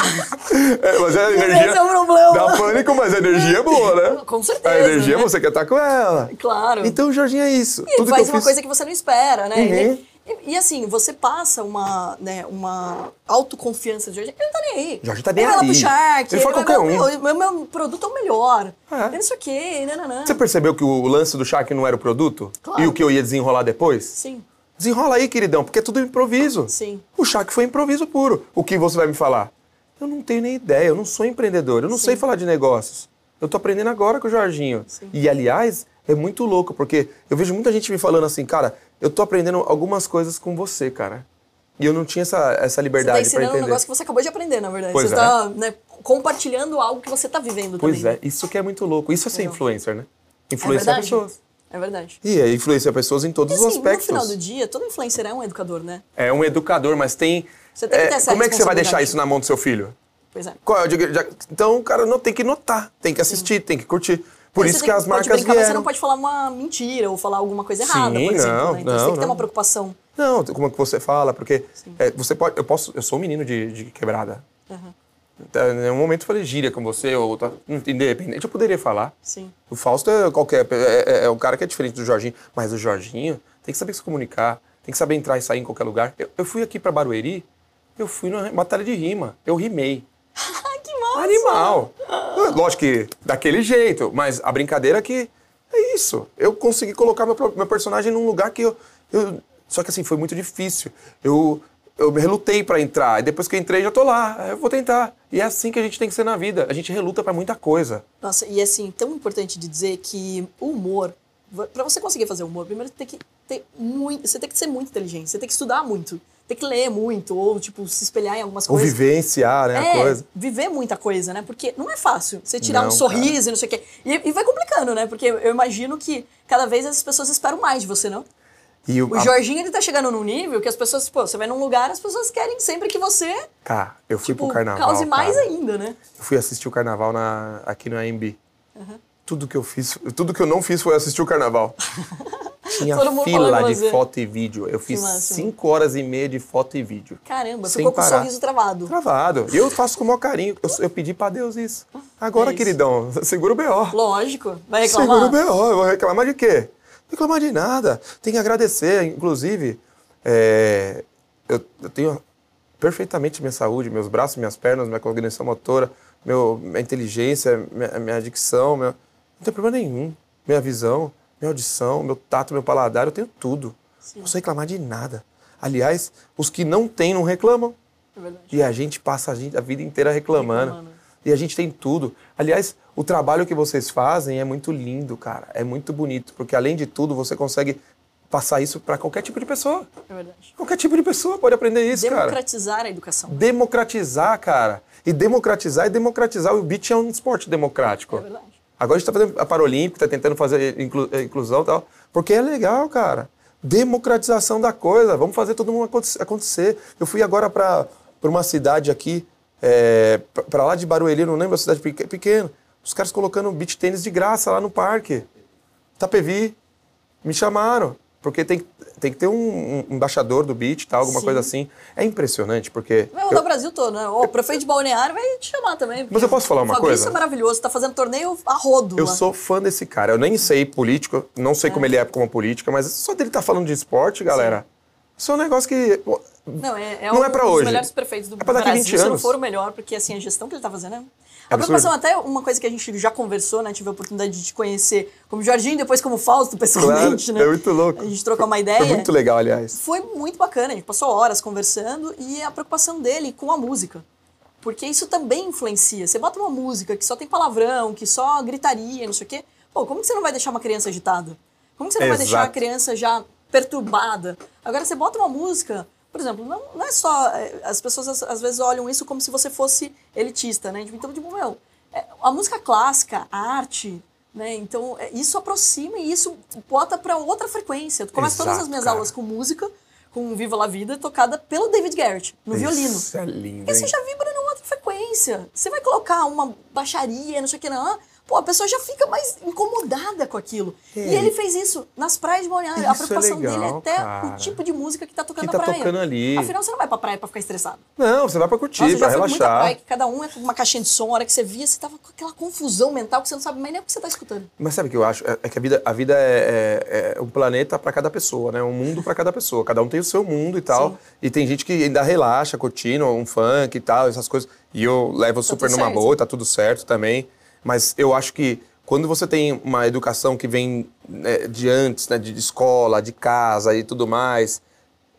Mas a energia... Esse é o problema. Dá pânico, mas a energia é boa, né? Com certeza. A energia, né? Você quer estar com ela. Claro. Então o Jorginho é isso. E Tudo faz que eu uma fiz... coisa que você não espera, né? Uhum. E assim, você passa uma autoconfiança de Jorginho. Ele não tá nem aí. Jorginho tá nem ele vai lá aí. pro Shark. Ele fala qualquer um. Meu produto é o melhor. É. Não sei o quê. Nananã. Você percebeu que o lance do Shark não era o produto? Claro. E o que eu ia desenrolar depois? Sim. Desenrola aí, queridão, porque é tudo improviso. Sim. O Shaq foi improviso puro. O que você vai me falar? Eu não tenho nem ideia, eu não sou empreendedor, eu não sei falar de negócios. Eu tô aprendendo agora com o Jorginho. Sim. E, aliás, é muito louco, porque eu vejo muita gente me falando assim, cara, eu tô aprendendo algumas coisas com você, cara. E eu não tinha essa liberdade pra Você tá ensinando entender. um negócio que você acabou de aprender, na verdade. Pois você tá, né, compartilhando algo que você tá vivendo Pois também. é, isso que é muito louco. Isso é ser Legal. influencer, né? É Influenciar verdade. pessoas. É verdade. E é influenciar pessoas em todos E, os assim, aspectos. no final do dia, todo influencer é um educador, né? É um educador, mas tem... Você tem que ter essa como é que você vai deixar responsabilidade. isso na mão do seu filho? Pois é. Então o cara não tem que notar, tem que assistir, tem que curtir. Por Aí isso você que tem- as marcas pode brincar, mas você vieram. não pode falar uma mentira ou falar alguma coisa errada, Sim, por exemplo. não, Né? Então você não, tem que ter não. uma preocupação. Não, como é que você fala, porque você pode, eu sou um menino de quebrada. Então, em um momento eu falei gíria com você, ou independente, eu poderia falar. Sim. O Fausto é qualquer, é um cara que é diferente do Jorginho, mas o Jorginho tem que saber se comunicar, tem que saber entrar e sair em qualquer lugar. Eu fui aqui pra Barueri, eu fui numa batalha de rima, eu rimei. Que massa! Animal! Lógico que daquele jeito, mas a brincadeira é que é isso. Eu consegui colocar meu personagem num lugar que só que assim, foi muito difícil. Eu me relutei pra entrar, e depois que eu entrei já tô lá, eu vou tentar. E é assim que a gente tem que ser na vida, a gente reluta pra muita coisa. Nossa, e assim, tão importante de dizer que o humor, pra você conseguir fazer humor, primeiro você tem que ser muito inteligente, você tem que estudar muito, tem que ler muito, ou tipo, se espelhar em algumas Ou coisas. vivenciar, né, a coisa. Viver muita coisa, né? Porque não é fácil você tirar Não, um sorriso e não sei o quê. E vai complicando, né? Porque eu imagino que cada vez as pessoas esperam mais de você, não? E O Jorginho, ele tá chegando num nível que as pessoas, pô, você vai num lugar, as pessoas querem sempre que você, Cara, eu fui tipo, pro carnaval, cause mais cara. ainda, né? Eu fui assistir o carnaval aqui no AMB. Tudo que eu não fiz foi assistir o carnaval. Tinha Todo mundo fila falando de você. foto e vídeo. Eu fiz máximo. 5 horas e meia de foto e vídeo. Caramba, Sem ficou com o parar. sorriso travado. Travado. E eu faço com o maior carinho. Eu pedi pra Deus isso. Agora, É isso. queridão, segura o B.O. Lógico, vai Segura o reclamar. B.O. Eu vou reclamar de quê? Reclamar de nada. Tem que agradecer. Inclusive, eu tenho perfeitamente minha saúde, meus braços, minhas pernas, minha coordenação motora, minha inteligência, minha dicção, não tem problema nenhum. Minha visão, minha audição, meu tato, meu paladar, eu tenho tudo. Não preciso reclamar de nada. Aliás, os que não têm não reclamam. É verdade. E a gente passa a vida inteira reclamando. E a gente tem tudo. Aliás, o trabalho que vocês fazem é muito lindo, cara. É muito bonito, porque além de tudo, você consegue passar isso para qualquer tipo de pessoa. É verdade. Qualquer tipo de pessoa pode aprender isso, cara. Democratizar a educação. Democratizar, cara. E democratizar. O beat é um esporte democrático. É verdade. Agora a gente tá fazendo a Paralímpica, tá tentando fazer inclusão e tal. Porque é legal, cara. Democratização da coisa. Vamos fazer todo mundo acontecer. Eu fui agora pra uma cidade aqui, pra lá de Barueri, não lembro, uma cidade pequena. Os caras colocando beach tênis de graça lá no parque. Tapevi. Me chamaram. Porque tem que ter um embaixador do beach, tal, alguma Sim. coisa assim. É impressionante, porque... Vai rodar o Brasil todo, né? O prefeito de Balneário vai te chamar também. Mas eu posso falar uma O Fabrício coisa? é maravilhoso, tá fazendo torneio a rodo Eu lá. sou fã desse cara. Eu nem sei político, não sei como ele é como política, mas só dele estar falando de esporte, galera, isso é um negócio que... Não, não um é pra dos hoje. melhores prefeitos do É pra daqui Brasil, 20 se não anos. for o melhor, porque assim, a gestão que ele tá fazendo é... A absurdo. preocupação, até uma coisa que a gente já conversou, né? Tive a oportunidade de te conhecer como Jorginho e depois como Fausto, pessoalmente, Claro, né? é muito louco. A gente trocou uma ideia. Foi muito legal, aliás. Foi muito bacana, a gente passou horas conversando e a preocupação dele com a música. Porque isso também influencia. Você bota uma música que só tem palavrão, que só gritaria, não sei o quê. Pô, como que você não vai deixar uma criança agitada? Como que você não vai deixar a Exato. criança já perturbada? Agora, você bota uma música... Por exemplo, não é só... As pessoas às vezes olham isso como se você fosse elitista, né? Então, tipo, meu... A música clássica, a arte... Né? Então, isso aproxima e isso bota para outra frequência. Eu começo todas as minhas cara. aulas com música, com Viva la Vida, tocada pelo David Garrett, no violino. Isso é lindo, Porque você hein? já vibra numa outra frequência. Você vai colocar uma baixaria, não sei o que, não. Pô, a pessoa já fica mais incomodada com aquilo. E ele fez isso nas praias de Balneário. A Isso é preocupação legal, dele é até cara. o tipo de música que tá tocando Que na tá praia. tocando ali. Afinal, você não vai pra praia pra ficar estressado. Não, você vai pra curtir, Nossa, eu pra já fui muita relaxar. praia, que cada um é com uma caixinha de som. A hora que você via, você tava com aquela confusão mental que você não sabe mais nem o que você tá escutando. Mas sabe o que eu acho? É que a vida é um planeta pra cada pessoa, né? Um mundo pra cada pessoa. Cada um tem o seu mundo e tal. Sim. E tem gente que ainda relaxa, curtindo um funk e tal, essas coisas. E eu levo super tudo numa certo. boa, tá tudo certo também. Mas eu acho que quando você tem uma educação que vem de antes, né? De escola, de casa e tudo mais,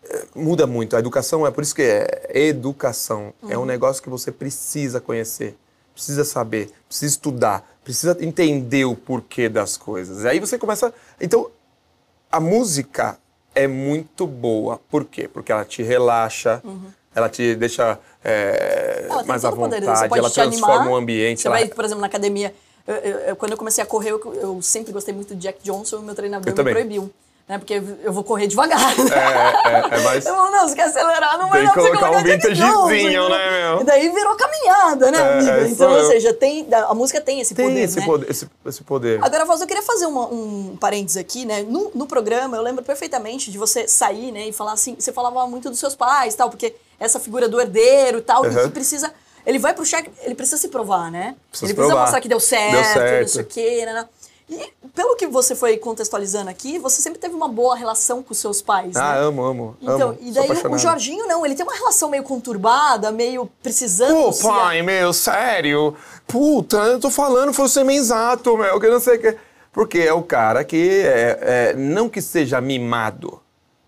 muda muito. A educação por isso que é educação. É um negócio que você precisa conhecer, precisa saber, precisa estudar, precisa entender o porquê das coisas. Aí você começa... Então, a música é muito boa. Por quê? Porque ela te relaxa, ela te deixa mais à vontade, ela transforma o ambiente. Você vai, por exemplo, na academia. Quando eu comecei a correr, eu sempre gostei muito de Jack Johnson, meu treinador me proibiu. Né? Porque eu vou correr devagar. Mas... Eu falo, não, você quer acelerar, não vai dar pra você colocar um vintagezinho, né, meu? E daí virou caminhada, né, amiga? Então, ou seja, a música tem esse poder, esse poder. Agora, Fausto, eu queria fazer um parênteses aqui, né? No programa, eu lembro perfeitamente de você sair, né, e falar assim, você falava muito dos seus pais, tal, porque essa figura do herdeiro, tal, e que precisa... Ele vai pro Shark, ele precisa se provar, né? Ele precisa mostrar que deu certo, não sei o quê, né? E pelo que você foi contextualizando aqui, você sempre teve uma boa relação com seus pais, né? Amo. Então, e daí o Jorginho não, ele tem uma relação meio conturbada, meio precisando... Pô, pai, meu, sério? Puta, eu tô falando, foi o semi-exato, meu, que não sei o que... Porque é o cara que, não que seja mimado,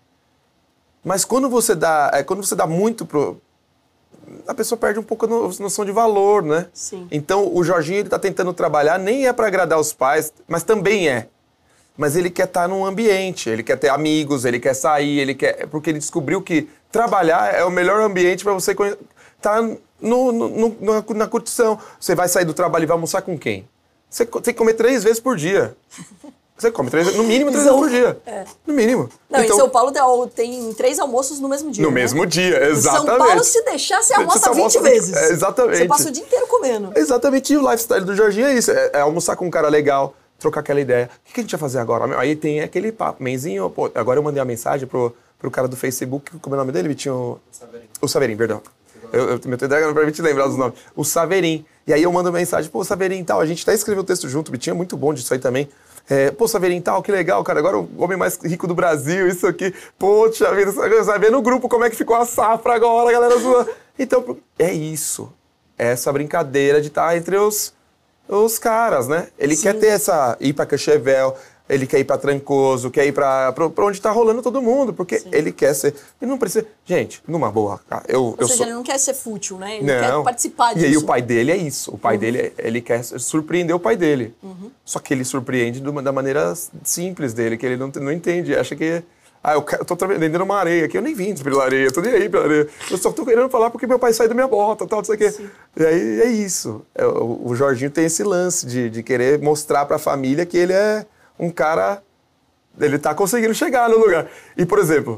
mas quando você dá muito a pessoa perde um pouco a noção de valor, né? Sim. Então, o Jorginho, ele tá tentando trabalhar, nem é para agradar os pais, mas também é. Mas ele quer estar num ambiente, ele quer ter amigos, ele quer sair, porque ele descobriu que trabalhar é o melhor ambiente para você estar na curtição. Você vai sair do trabalho e vai almoçar com quem? Você tem que comer 3 vezes por dia. Você come 3 vezes, no mínimo 3 vezes por dia. No mínimo. Não, então, em São Paulo tem 3 almoços no mesmo dia. No mesmo dia, exatamente. Em São Paulo, se deixar, você almoça 20 vezes. Exatamente. Você passa o dia inteiro comendo. Exatamente. E o lifestyle do Jorginho é isso. É almoçar com um cara legal, trocar aquela ideia. O que a gente vai fazer agora? Aí tem aquele papo. Menzinho, pô, agora eu mandei uma mensagem pro cara do Facebook, como é o nome dele, Vitinho? O Saverin, perdão. Meu TDAH não permite lembrar dos nomes. O Saverin. E aí eu mando mensagem, pô, Saverin tal, a gente até escreveu o texto junto, o Vitinho é muito bom disso aí também. Pô, Saverin tal, que legal, cara, agora o homem mais rico do Brasil, isso aqui. Poxa vida, você vai ver no grupo como é que ficou a safra agora, a galera zoando. Então, é isso. É essa brincadeira de estar entre os caras, né? Ele quer ter ir pra Cachevel, ele quer ir pra Trancoso, quer ir pra onde tá rolando todo mundo, porque ele quer ser... Ele não precisa... Gente, numa boa, cara, Ou seja, ele não quer ser fútil, né? Ele quer participar disso. E aí o pai dele é isso. O pai dele, ele quer surpreender o pai dele. Só que ele surpreende da maneira simples dele, que ele não entende. Acha que... eu tô vendendo uma areia aqui. Eu nem vim pela areia, eu tô nem aí pela areia. Eu só tô querendo falar porque meu pai saiu da minha bota, tal, não sei o quê. E aí é isso. O Jorginho tem esse lance de querer mostrar pra família que ele é um cara... Ele tá conseguindo chegar no lugar. E, por exemplo,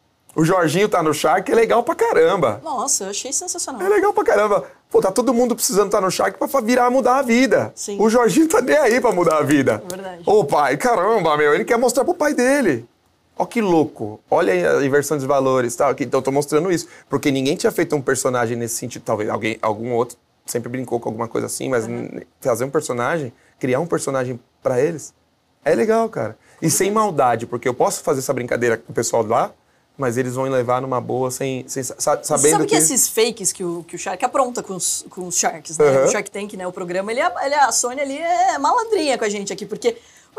o Jorginho tá no Shark, é legal pra caramba. Nossa, eu achei sensacional. É legal pra caramba. Pô, tá todo mundo precisando estar no Shark pra mudar a vida. Sim. O Jorginho tá nem aí pra mudar a vida. É verdade. Ô, pai, caramba, meu, ele quer mostrar pro pai dele. Ó que louco. Olha aí a inversão de valores, tal. Então eu tô mostrando isso. Porque ninguém tinha feito um personagem nesse sentido. Talvez algum outro sempre brincou com alguma coisa assim, mas fazer um personagem, criar um personagem pra eles, é legal, cara. E sem maldade, porque eu posso fazer essa brincadeira com o pessoal lá, mas eles vão levar numa boa, sabendo Você sabe que esses fakes que o Shark apronta com os Sharks, né? O Shark Tank, né? O programa, a Sônia ali é malandrinha com a gente aqui, porque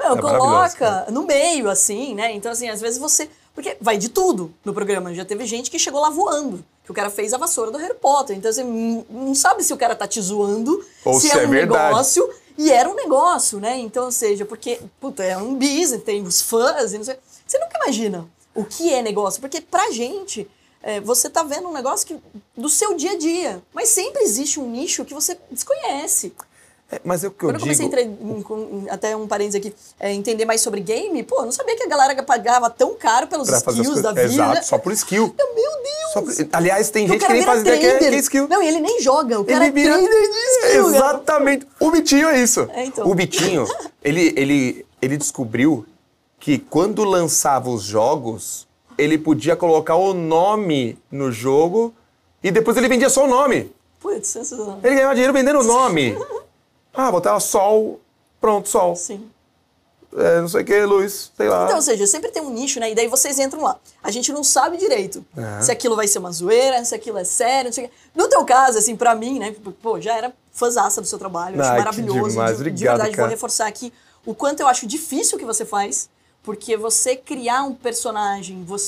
coloca no meio, assim, né? Então, assim, às vezes você... Porque vai de tudo no programa. Já teve gente que chegou lá voando, que o cara fez a vassoura do Harry Potter. Então, assim, não sabe se o cara tá te zoando, ou se é um negócio... E era um negócio, né? Então, ou seja, porque, puta, é um business, tem os fãs e não sei... Você nunca imagina o que é negócio, porque pra gente, você tá vendo um negócio do seu dia a dia, mas sempre existe um nicho que você desconhece. Mas é o que Quando eu comecei a até um parênteses aqui, entender mais sobre game, pô, eu não sabia que a galera pagava tão caro pelos skills da vida. Exato, só por skill. Meu Deus! Aliás, tem gente que nem faz ideia que é skill. Não, e ele nem joga, o cara é trader de skill. Exatamente. O Vitinho é isso. Então. O Vitinho, ele descobriu que quando lançava os jogos, ele podia colocar o nome no jogo e depois ele vendia só o nome. Putz, sensacional. Ele ganhava dinheiro vendendo o nome. Botava sol, pronto, sol. Sim. Não sei o que, luz, sei lá. Então, ou seja, sempre tem um nicho, né? E daí vocês entram lá. A gente não sabe direito se aquilo vai ser uma zoeira, se aquilo é sério, não sei o que. No teu caso, assim, pra mim, né? Pô, já era fãzaça do seu trabalho, acho maravilhoso. Demais. De Obrigado, verdade, cara. vou reforçar aqui o quanto eu acho difícil o que você faz, porque você criar um personagem, você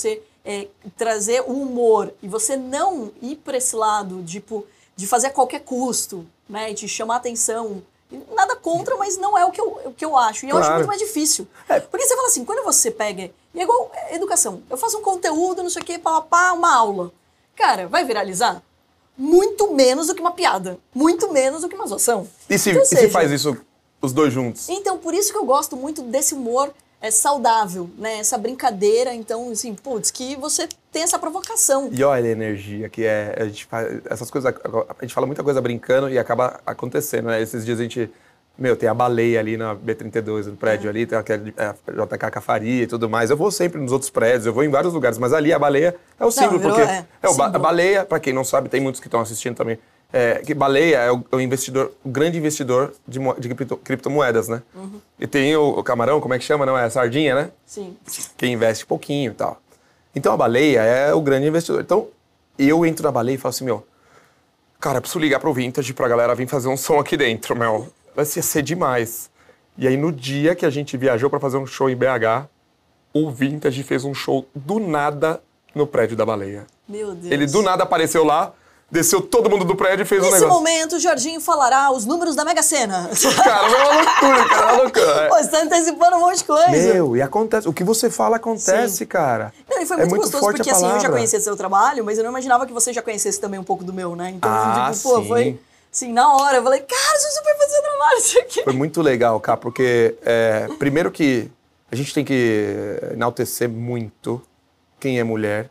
trazer o humor e você não ir para esse lado, tipo, de fazer a qualquer custo, né? E te chamar atenção. Nada contra, mas não é o que eu acho. E eu acho muito mais difícil. Porque você fala assim, quando você pega... E é igual educação. Eu faço um conteúdo, não sei o quê, uma aula. Cara, vai viralizar? Muito menos do que uma piada. Muito menos do que uma zoação. E se faz isso os dois juntos? Então, por isso que eu gosto muito desse humor saudável, né? Essa brincadeira. Então, assim, putz, que você tem essa provocação. E olha a energia que a gente faz, essas coisas, a gente fala muita coisa brincando e acaba acontecendo, né? Esses dias a gente, tem a baleia ali na B32, no prédio ali, tem aquele JK Cafaria e tudo mais. Eu vou sempre nos outros prédios, eu vou em vários lugares, mas ali a baleia é o símbolo, porque a baleia, para quem não sabe, tem muitos que estão assistindo também, que baleia é o investidor, o grande investidor de criptomoedas, né? Uhum. E tem o camarão, como é que chama? Não, é a sardinha, né? Sim. Que investe pouquinho e tal. Então a baleia é o grande investidor. Então eu entro na baleia e falo assim, cara, preciso ligar pro Vintage pra galera vir fazer um som aqui dentro, Vai ser demais. E aí no dia que a gente viajou pra fazer um show em BH, o Vintage fez um show do nada no prédio da baleia. Meu Deus. Ele do nada apareceu lá, desceu todo mundo do prédio e fez um negócio. Nesse momento, o Jorginho falará os números da Mega Sena. Cara, é uma loucura, cara, é uma loucura. Pô, você tá antecipando um monte de coisa. E acontece. O que você fala acontece, cara. Não, e foi muito gostoso, porque assim, eu já conhecia seu trabalho, mas eu não imaginava que você já conhecesse também um pouco do meu, né? Então, foi assim, na hora, eu falei, cara, você super fazendo trabalho isso aqui. Foi muito legal, cara, porque primeiro que a gente tem que enaltecer muito quem é mulher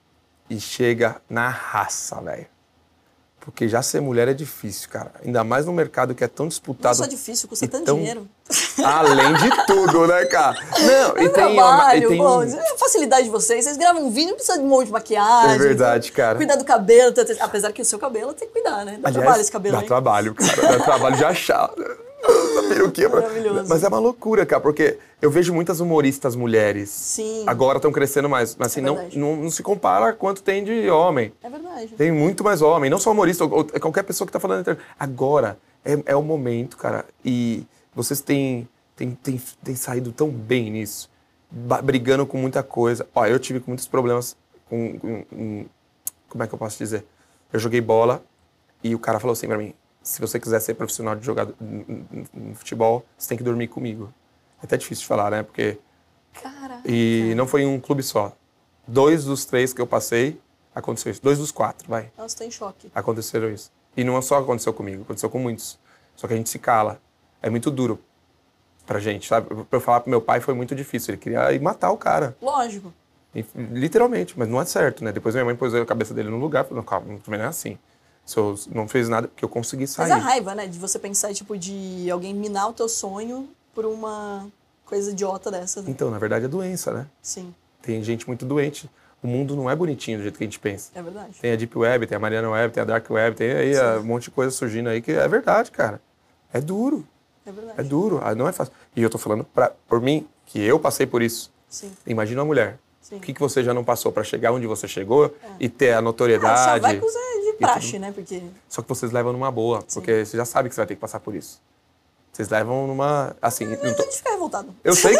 e chega na raça, velho. Porque já ser mulher é difícil, cara. Ainda mais no mercado que é tão disputado. Não só difícil, custa tanto dinheiro. Além de tudo, né, cara? Não, e tem a facilidade de vocês gravam um vídeo, não precisa de um monte de maquiagem. É verdade, cara. Cuidar do cabelo, apesar que o seu cabelo tem que cuidar, né? Dá trabalho esse cabelo, dá trabalho, cara. Dá trabalho de achar. Maravilhoso. Mas é uma loucura, cara, porque eu vejo muitas humoristas mulheres. Sim. Agora estão crescendo mais. Mas assim, não se compara quanto tem de homem. É verdade. Tem muito mais homem. Não só humorista, ou qualquer pessoa que tá falando. Agora é o momento, cara. E vocês têm saído tão bem nisso. Brigando com muita coisa. Ó, eu tive muitos problemas com como é que eu posso dizer? Eu joguei bola e o cara falou assim pra mim: se você quiser ser profissional de jogador no futebol, você tem que dormir comigo. É até difícil de falar, né? Porque... Caraca. E não foi um clube só. 2 dos 3 que eu passei, aconteceu isso. 2 dos 4, vai. Nossa, tô em choque. Aconteceram isso. E não só aconteceu comigo, aconteceu com muitos. Só que a gente se cala. É muito duro pra gente, sabe? Pra eu falar pro meu pai foi muito difícil. Ele queria ir matar o cara. Lógico. Literalmente, mas não é certo, né? Depois minha mãe pôs a cabeça dele no lugar. Falou, não, calma, também não é assim. Não fez nada porque eu consegui sair. Mas a raiva, né? De você pensar, tipo, de alguém minar o teu sonho por uma coisa idiota dessa. Né? Então, na verdade, é doença, né? Sim. Tem gente muito doente. O mundo não é bonitinho do jeito que a gente pensa. É verdade. Tem a Deep Web, tem a Mariana Web, tem a Dark Web, tem aí um monte de coisa surgindo aí que é verdade, cara. É duro. É verdade. É duro, não é fácil. E eu tô falando por mim, que eu passei por isso. Sim. Imagina uma mulher. Sim. O que você já não passou pra chegar onde você chegou e ter a notoriedade. Só vai coisa de praxe, né? Porque... Só que vocês levam numa boa, porque você já sabe que você vai ter que passar por isso. Vocês levam numa... Assim, não tô... de ficar revoltado. Eu sei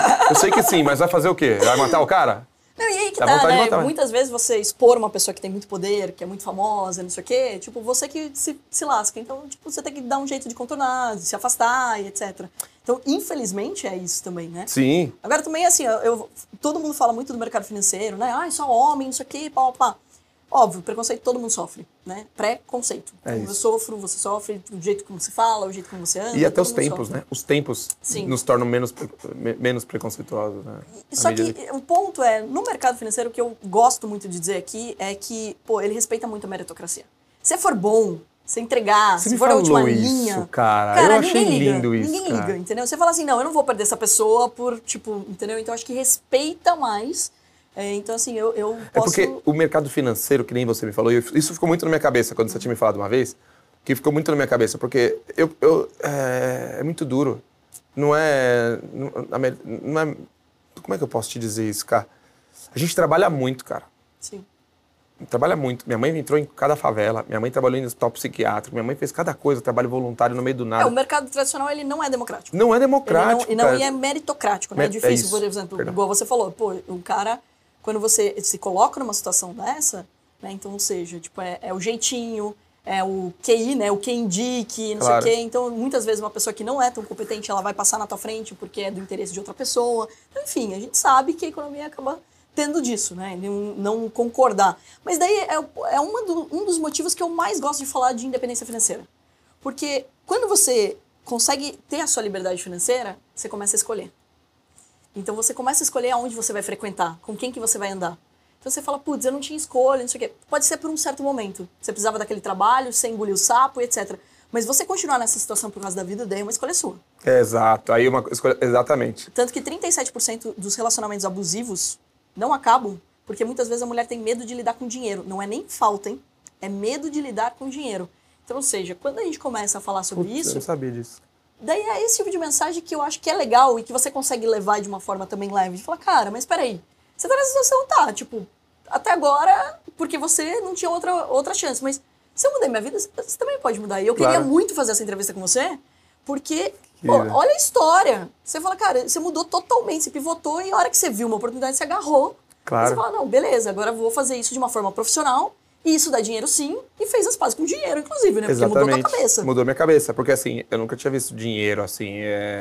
que sim, mas vai fazer o quê? Vai matar o cara? Não, e aí que tá, né? Muitas vezes você expor uma pessoa que tem muito poder, que é muito famosa, não sei o quê, tipo, você que se lasca. Então, tipo, você tem que dar um jeito de contornar, de se afastar e etc. Então, infelizmente, é isso também, né? Sim. Agora, também, assim, todo mundo fala muito do mercado financeiro, né? Ah, só homem, não sei o quê, pá. Óbvio, preconceito todo mundo sofre, né? Pré-conceito. Eu sofro, você sofre, o jeito como se fala, o jeito como você anda. E até os tempos, né? Os tempos nos tornam menos preconceituosos, né? Só que o ponto no mercado financeiro, o que eu gosto muito de dizer aqui é que, ele respeita muito a meritocracia. Se for bom, se entregar, se for a última linha... Cara, eu achei lindo isso, ninguém liga, entendeu? Você fala assim, não, eu não vou perder essa pessoa por, tipo, entendeu? Então, acho que respeita mais... Então, assim, eu posso... É porque o mercado financeiro, que nem você me falou, isso ficou muito na minha cabeça quando você tinha me falado uma vez, que ficou muito na minha cabeça, porque é muito duro. Não é... Como é que eu posso te dizer isso, cara? A gente trabalha muito, cara. Sim. Trabalha muito. Minha mãe entrou em cada favela, minha mãe trabalhou em hospital psiquiátrico, minha mãe fez cada coisa, trabalho voluntário no meio do nada. O mercado tradicional, ele não é democrático. Não é democrático, E é meritocrático, né? É difícil, por exemplo, igual você falou, o cara quando você se coloca numa situação dessa, né? Então, ou seja, tipo, é o jeitinho, é o QI, né? O que indique, não sei o quê. Então, muitas vezes uma pessoa que não é tão competente, ela vai passar na tua frente porque é do interesse de outra pessoa. Então, enfim, a gente sabe que a economia acaba tendo disso, né? Não concordar. Mas daí é um dos motivos que eu mais gosto de falar de independência financeira. Porque quando você consegue ter a sua liberdade financeira, você começa a escolher. Então você começa a escolher aonde você vai frequentar, com quem que você vai andar. Então você fala, putz, eu não tinha escolha, não sei o quê. Pode ser por um certo momento. Você precisava daquele trabalho, você engoliu o sapo e etc. Mas você continuar nessa situação por causa da vida, daí é uma escolha sua. Exato, aí uma escolha, exatamente. Tanto que 37% dos relacionamentos abusivos não acabam porque muitas vezes a mulher tem medo de lidar com dinheiro. Não é nem falta, hein? É medo de lidar com dinheiro. Então, ou seja, quando a gente começa a falar sobre isso... Eu não sabia disso. Daí é esse tipo de mensagem que eu acho que é legal e que você consegue levar de uma forma também leve. De falar, cara, mas peraí, você tá nessa situação, tá? Tipo, até agora, porque você não tinha outra chance. Mas se eu mudei minha vida, você também pode mudar. E eu queria muito fazer essa entrevista com você, porque, pô, olha a história. Você fala, cara, você mudou totalmente, você pivotou e a hora que você viu uma oportunidade, você agarrou. Claro. Você fala, não, beleza, agora eu vou fazer isso de uma forma profissional. E isso dá dinheiro sim, e fez as pazes com dinheiro, inclusive, né? Porque mudou tua cabeça. Mudou minha cabeça, porque assim, eu nunca tinha visto dinheiro assim,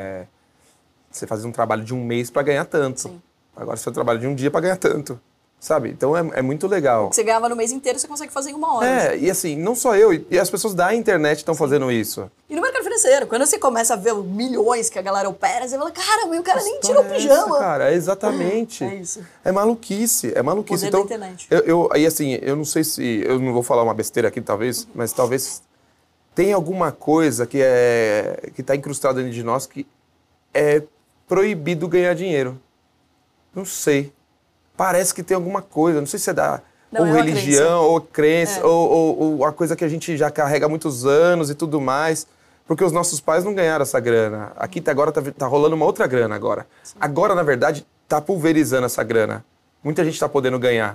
você fazia um trabalho de um mês pra ganhar tanto. Sim. Agora você trabalha de um dia pra ganhar tanto, sabe? Então é muito legal. O que você ganhava no mês inteiro, você consegue fazer em uma hora. E assim, não só eu, e as pessoas da internet estão fazendo isso. E no mercado financeiro, quando você começa a ver os milhões que a galera opera, você fala, cara, mas o cara nem tirou o pijama. Cara, exatamente. É isso. É maluquice, é maluquice. Poder então, da internet. Aí assim, eu não sei se... Eu não vou falar uma besteira aqui, talvez, mas talvez tenha alguma coisa que tá incrustada dentro de nós que é proibido ganhar dinheiro. Não sei. Parece que tem alguma coisa, não sei se é ou religião, ou crença, ou a coisa que a gente já carrega há muitos anos e tudo mais. Porque os nossos pais não ganharam essa grana. Aqui agora tá rolando uma outra grana agora. Sim. Agora, na verdade, tá pulverizando essa grana. Muita gente tá podendo ganhar.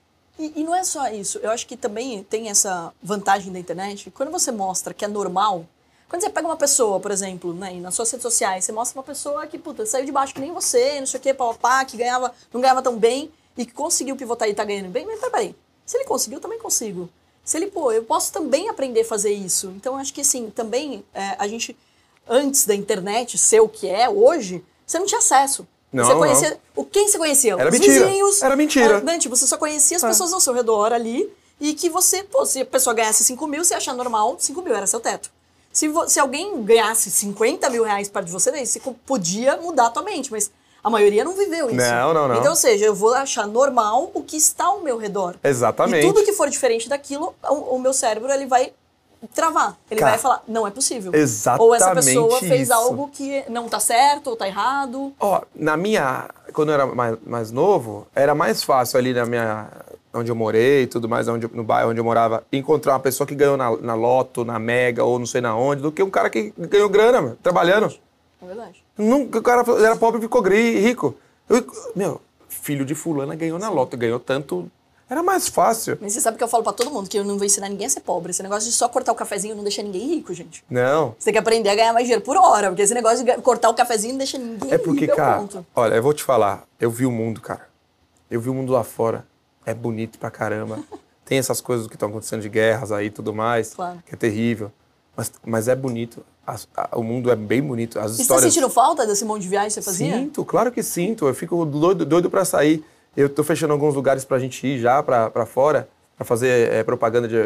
E não é só isso. Eu acho que também tem essa vantagem da internet. Quando você mostra que é normal... Quando você pega uma pessoa, por exemplo, né, nas suas redes sociais, você mostra uma pessoa que, puta, saiu de baixo que nem você, não sei o quê, papapá, que não ganhava tão bem e que conseguiu pivotar e tá ganhando bem. Mas peraí, se ele conseguiu, eu também consigo. Se ele, eu posso também aprender a fazer isso. Então, acho que, assim, também a gente, antes da internet ser o que é hoje, você não tinha acesso. Não, você conhecia... Quem você conhecia? Era os mentira. Vizinhos. Era mentira. Tipo, você só conhecia as pessoas ao seu redor ali e que você, se a pessoa ganhasse 5 mil, você achar normal, 5 mil era seu teto. Se alguém ganhasse 50 mil reais perto de você, daí você podia mudar a tua mente, mas a maioria não viveu isso. Não. Então, ou seja, eu vou achar normal o que está ao meu redor. Exatamente. E tudo que for diferente daquilo, o meu cérebro ele vai travar. Ele vai falar, não é possível. Exatamente. Ou essa pessoa fez isso. algo que não tá certo ou tá errado. Quando eu era mais novo, era mais fácil ali onde eu morei e tudo mais, no bairro onde eu morava, encontrar uma pessoa que ganhou na Loto, na Mega ou não sei na onde, do que um cara que ganhou grana, trabalhando. É verdade. O cara era pobre e ficou rico. Filho de fulana ganhou na Loto, ganhou tanto... Era mais fácil. Mas você sabe que eu falo pra todo mundo que eu não vou ensinar ninguém a ser pobre. Esse negócio de só cortar o cafezinho não deixa ninguém rico, gente. Não. Você tem que aprender a ganhar mais dinheiro por hora, porque esse negócio de cortar o cafezinho não deixa ninguém rico. É porque, cara, olha, eu vou te falar, eu vi o mundo, cara. Eu vi o mundo lá fora. É bonito pra caramba. Tem essas coisas que estão acontecendo de guerras aí e tudo mais, claro, que é terrível. Mas é bonito. O mundo é bem bonito. As histórias... histórias... Você tá sentindo falta desse monte de viagem que você fazia? Sinto, claro que sinto. Eu fico doido pra sair. Eu tô fechando alguns lugares pra gente ir já pra fora, pra fazer propaganda de...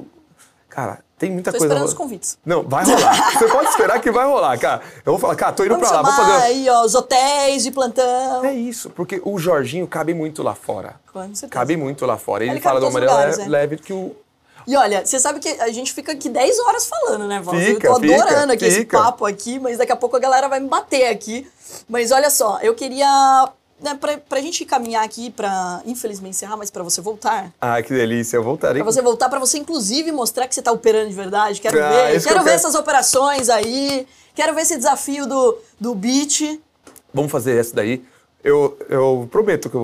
Cara, tem muita coisa... Tô esperando os convites. Não, vai rolar. Você pode esperar que vai rolar, cara. Eu vou falar, cara, tô indo pra lá. Vou fazer aí, ó, os hotéis de plantão. É isso, porque o Jorginho cabe muito lá fora. Com certeza. Cabe muito lá fora. Ele cabe fala de uma em todos os maneira lugares, leve que o... E olha, você sabe que a gente fica aqui 10 horas falando, né, Val? Fica, eu tô adorando aqui esse fica. papo aqui, mas daqui a pouco a galera vai me bater aqui. Mas olha só, eu queria... Né, pra gente caminhar aqui pra, infelizmente, encerrar, mas pra você voltar. Ah, que delícia, eu voltarei. Pra você voltar, pra você inclusive mostrar que você tá operando de verdade. Quero ver. Quero ver essas operações aí. Quero ver esse desafio do beat. Vamos fazer essa daí. Eu prometo que eu vou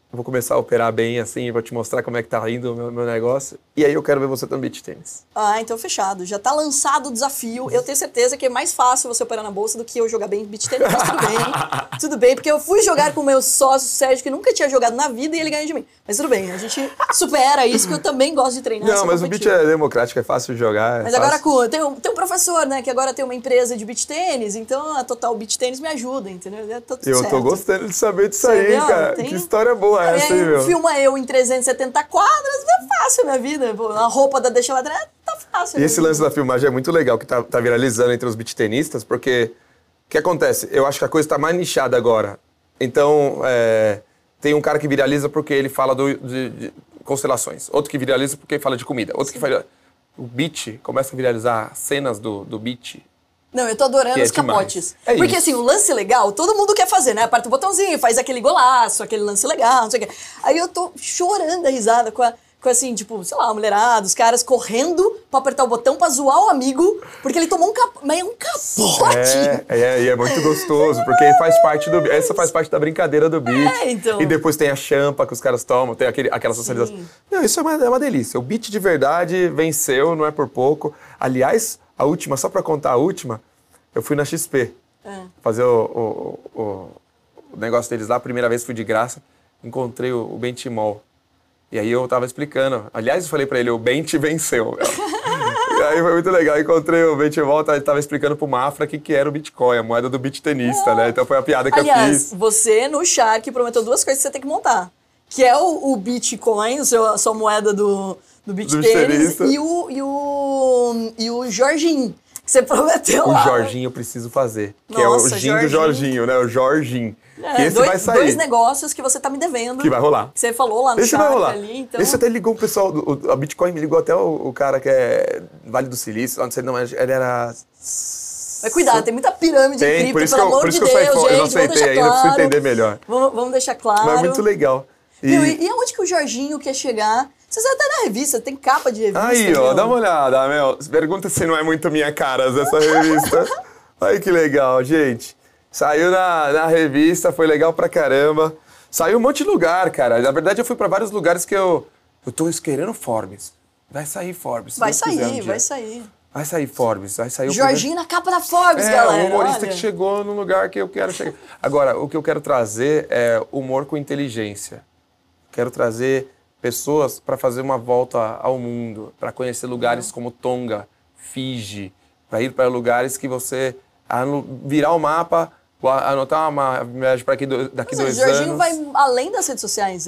vou começar a operar bem assim, vou te mostrar como é que tá indo o meu negócio. E aí eu quero ver você no beach tênis. Ah, então fechado. Já tá lançado o desafio. Eu tenho certeza que é mais fácil você operar na bolsa do que eu jogar bem beach tênis, mas tudo bem. Tudo bem, porque eu fui jogar com o meu sócio, Sérgio, que nunca tinha jogado na vida e ele ganhou de mim. Mas tudo bem, a gente supera isso, que eu também gosto de treinar. Não, mas o beach é democrático, é fácil de jogar. Mas agora tem um professor, né, que agora tem uma empresa de beach tênis, então a Total Beach Tênis me ajuda, entendeu? Tá tudo eu certo. tô gostando de saber disso aí, cara. Que história boa essa aí, meu. Filma eu em 370 quadras, é fácil a minha vida. Pô, a roupa da Deixa Ladrar tá fácil. E esse lance da filmagem é muito legal, que tá viralizando entre os beach tenistas, porque o que acontece? Eu acho que a coisa tá mais nichada agora. Então, tem um cara que viraliza porque ele fala de constelações, outro que viraliza porque fala de comida, outro que fala... O beach começa a viralizar cenas do beach. Não, eu tô adorando os capotes. Porque isso. assim, o lance legal, todo mundo quer fazer, né? Aperta o botãozinho, faz aquele golaço, aquele lance legal, não sei o quê. Aí eu tô chorando a risada com assim, tipo, sei lá, a mulherada, os caras correndo pra apertar o botão pra zoar o amigo, porque ele tomou um capote. Mas é um capote! E é muito gostoso, porque essa faz parte da brincadeira do beach. Então. E depois tem a champa que os caras tomam, tem aquela socialização. Não, isso é uma delícia. O beach de verdade venceu, não é por pouco. Aliás, a última, só pra contar a última, eu fui na XP fazer o negócio deles lá. A primeira vez fui de graça, encontrei o Benchimol. E aí eu tava explicando. Aliás, eu falei pra ele, o Bench venceu. E aí foi muito legal. Encontrei o Benchimol, tava explicando pro Mafra o que era o Bitcoin, a moeda do beach tenista, né? Então foi a piada que eu fiz. Você no Shark prometeu duas coisas que você tem que montar. Que é o Bitcoin, a sua moeda do beach tênis, e o Jorginho, que você prometeu lá. O Jorginho eu preciso fazer, que é o gin do Jorginho, né? O Jorginho. Que esse vai sair. Dois negócios que você tá me devendo. Que vai rolar. Que você falou lá no Shark ali. Então... Esse até ligou o pessoal, a Bitcoin me ligou até o cara que é Vale do Silício, não sei, não, ele era... Mas cuidado, tem muita pirâmide em cripto, pelo amor de Deus, gente, eu não aceitei ainda, preciso entender melhor. Vamos deixar claro. Mas é muito legal. E aonde que o Jorginho quer chegar? Você até na revista, tem capa de revista. Aí, ó, dá uma olhada, Mel. Pergunta se não é muito minha cara essa revista. Olha que legal, gente. Saiu na revista, foi legal pra caramba. Saiu um monte de lugar, cara. Na verdade, eu fui pra vários lugares que eu tô querendo Forbes. Vai sair Forbes. Vai sair. Vai sair Forbes, vai sair o Jorginho na capa da Forbes, galera. É, um humorista que chegou no lugar que eu quero chegar. Agora, o que eu quero trazer é humor com inteligência. Quero trazer pessoas para fazer uma volta ao mundo, para conhecer lugares como Tonga, Fiji, para ir para lugares que você virar o mapa, anotar uma viagem para daqui 2 anos. O Jorginho vai além das redes sociais,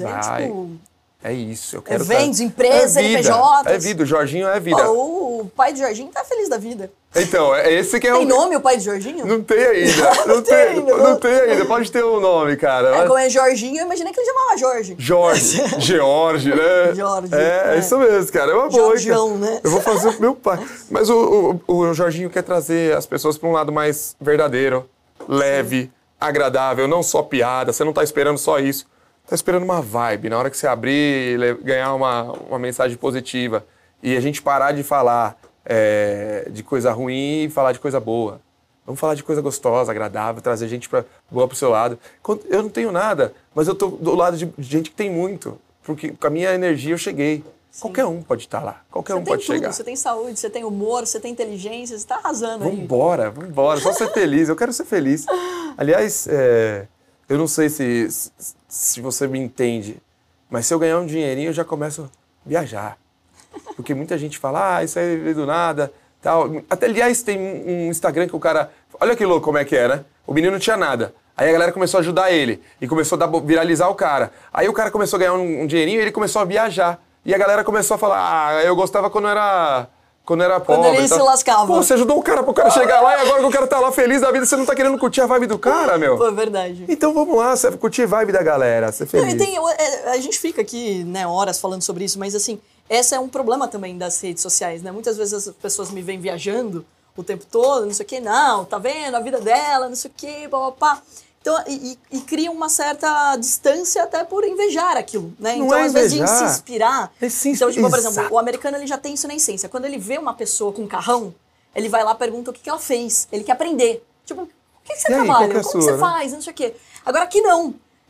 É isso, eu quero... Eventos, empresas, NPJs. É vida, o Jorginho é vida. O pai do Jorginho tá feliz da vida. Então, esse que é Tem nome o pai do Jorginho? Não tem ainda. Não tem ainda. Pode ter um nome, cara. Como é Jorginho, eu imaginei que ele chamava Jorge. George, né? Jorge. É isso mesmo, cara. É uma boa. Jorgião, né? Eu vou fazer o meu pai. Mas o Jorginho quer trazer as pessoas para um lado mais verdadeiro, leve, agradável, não só piada. Você não tá esperando só isso. Tá esperando uma vibe. Na hora que você abrir, ganhar uma mensagem positiva. E a gente parar de falar de coisa ruim e falar de coisa boa. Vamos falar de coisa gostosa, agradável, trazer gente boa pro seu lado. Eu não tenho nada, mas eu tô do lado de gente que tem muito. Porque com a minha energia eu cheguei. Sim. Qualquer um pode estar lá. Qualquer um pode chegar. Você tem saúde, você tem humor, você tem inteligência, você tá arrasando aí. Vambora. Só ser feliz. Eu quero ser feliz. Aliás, eu não sei se você me entende, mas se eu ganhar um dinheirinho, eu já começo a viajar. Porque muita gente fala, isso aí veio do nada, tal. Até, aliás, tem um Instagram que o cara... Olha que louco como é que é, né? O menino não tinha nada. Aí a galera começou a ajudar ele e começou a viralizar o cara. Aí o cara começou a ganhar um dinheirinho e ele começou a viajar. E a galera começou a falar, eu gostava quando era pobre. Quando ele se lascava. Pô, você ajudou o cara pro cara chegar lá e agora que o cara tá lá feliz da vida, você não tá querendo curtir a vibe do cara, meu? Pô, é verdade. Então vamos lá, curtir a vibe da galera, ser feliz. A gente fica aqui, né, horas falando sobre isso, mas assim, esse é um problema também das redes sociais, né? Muitas vezes as pessoas me vêm viajando o tempo todo, não sei o que, não, tá vendo a vida dela, não sei o que, papapá. Então, e cria uma certa distância até por invejar aquilo, né? Não então, é às vezes, de se inspirar. Então, tipo, por exemplo, Exato. o americano ele já tem isso na essência. Quando ele vê uma pessoa com um carrão, ele vai lá e pergunta o que ela fez. Ele quer aprender. Tipo, o que você trabalha? Como você faz? Não sei o quê. Agora aqui não.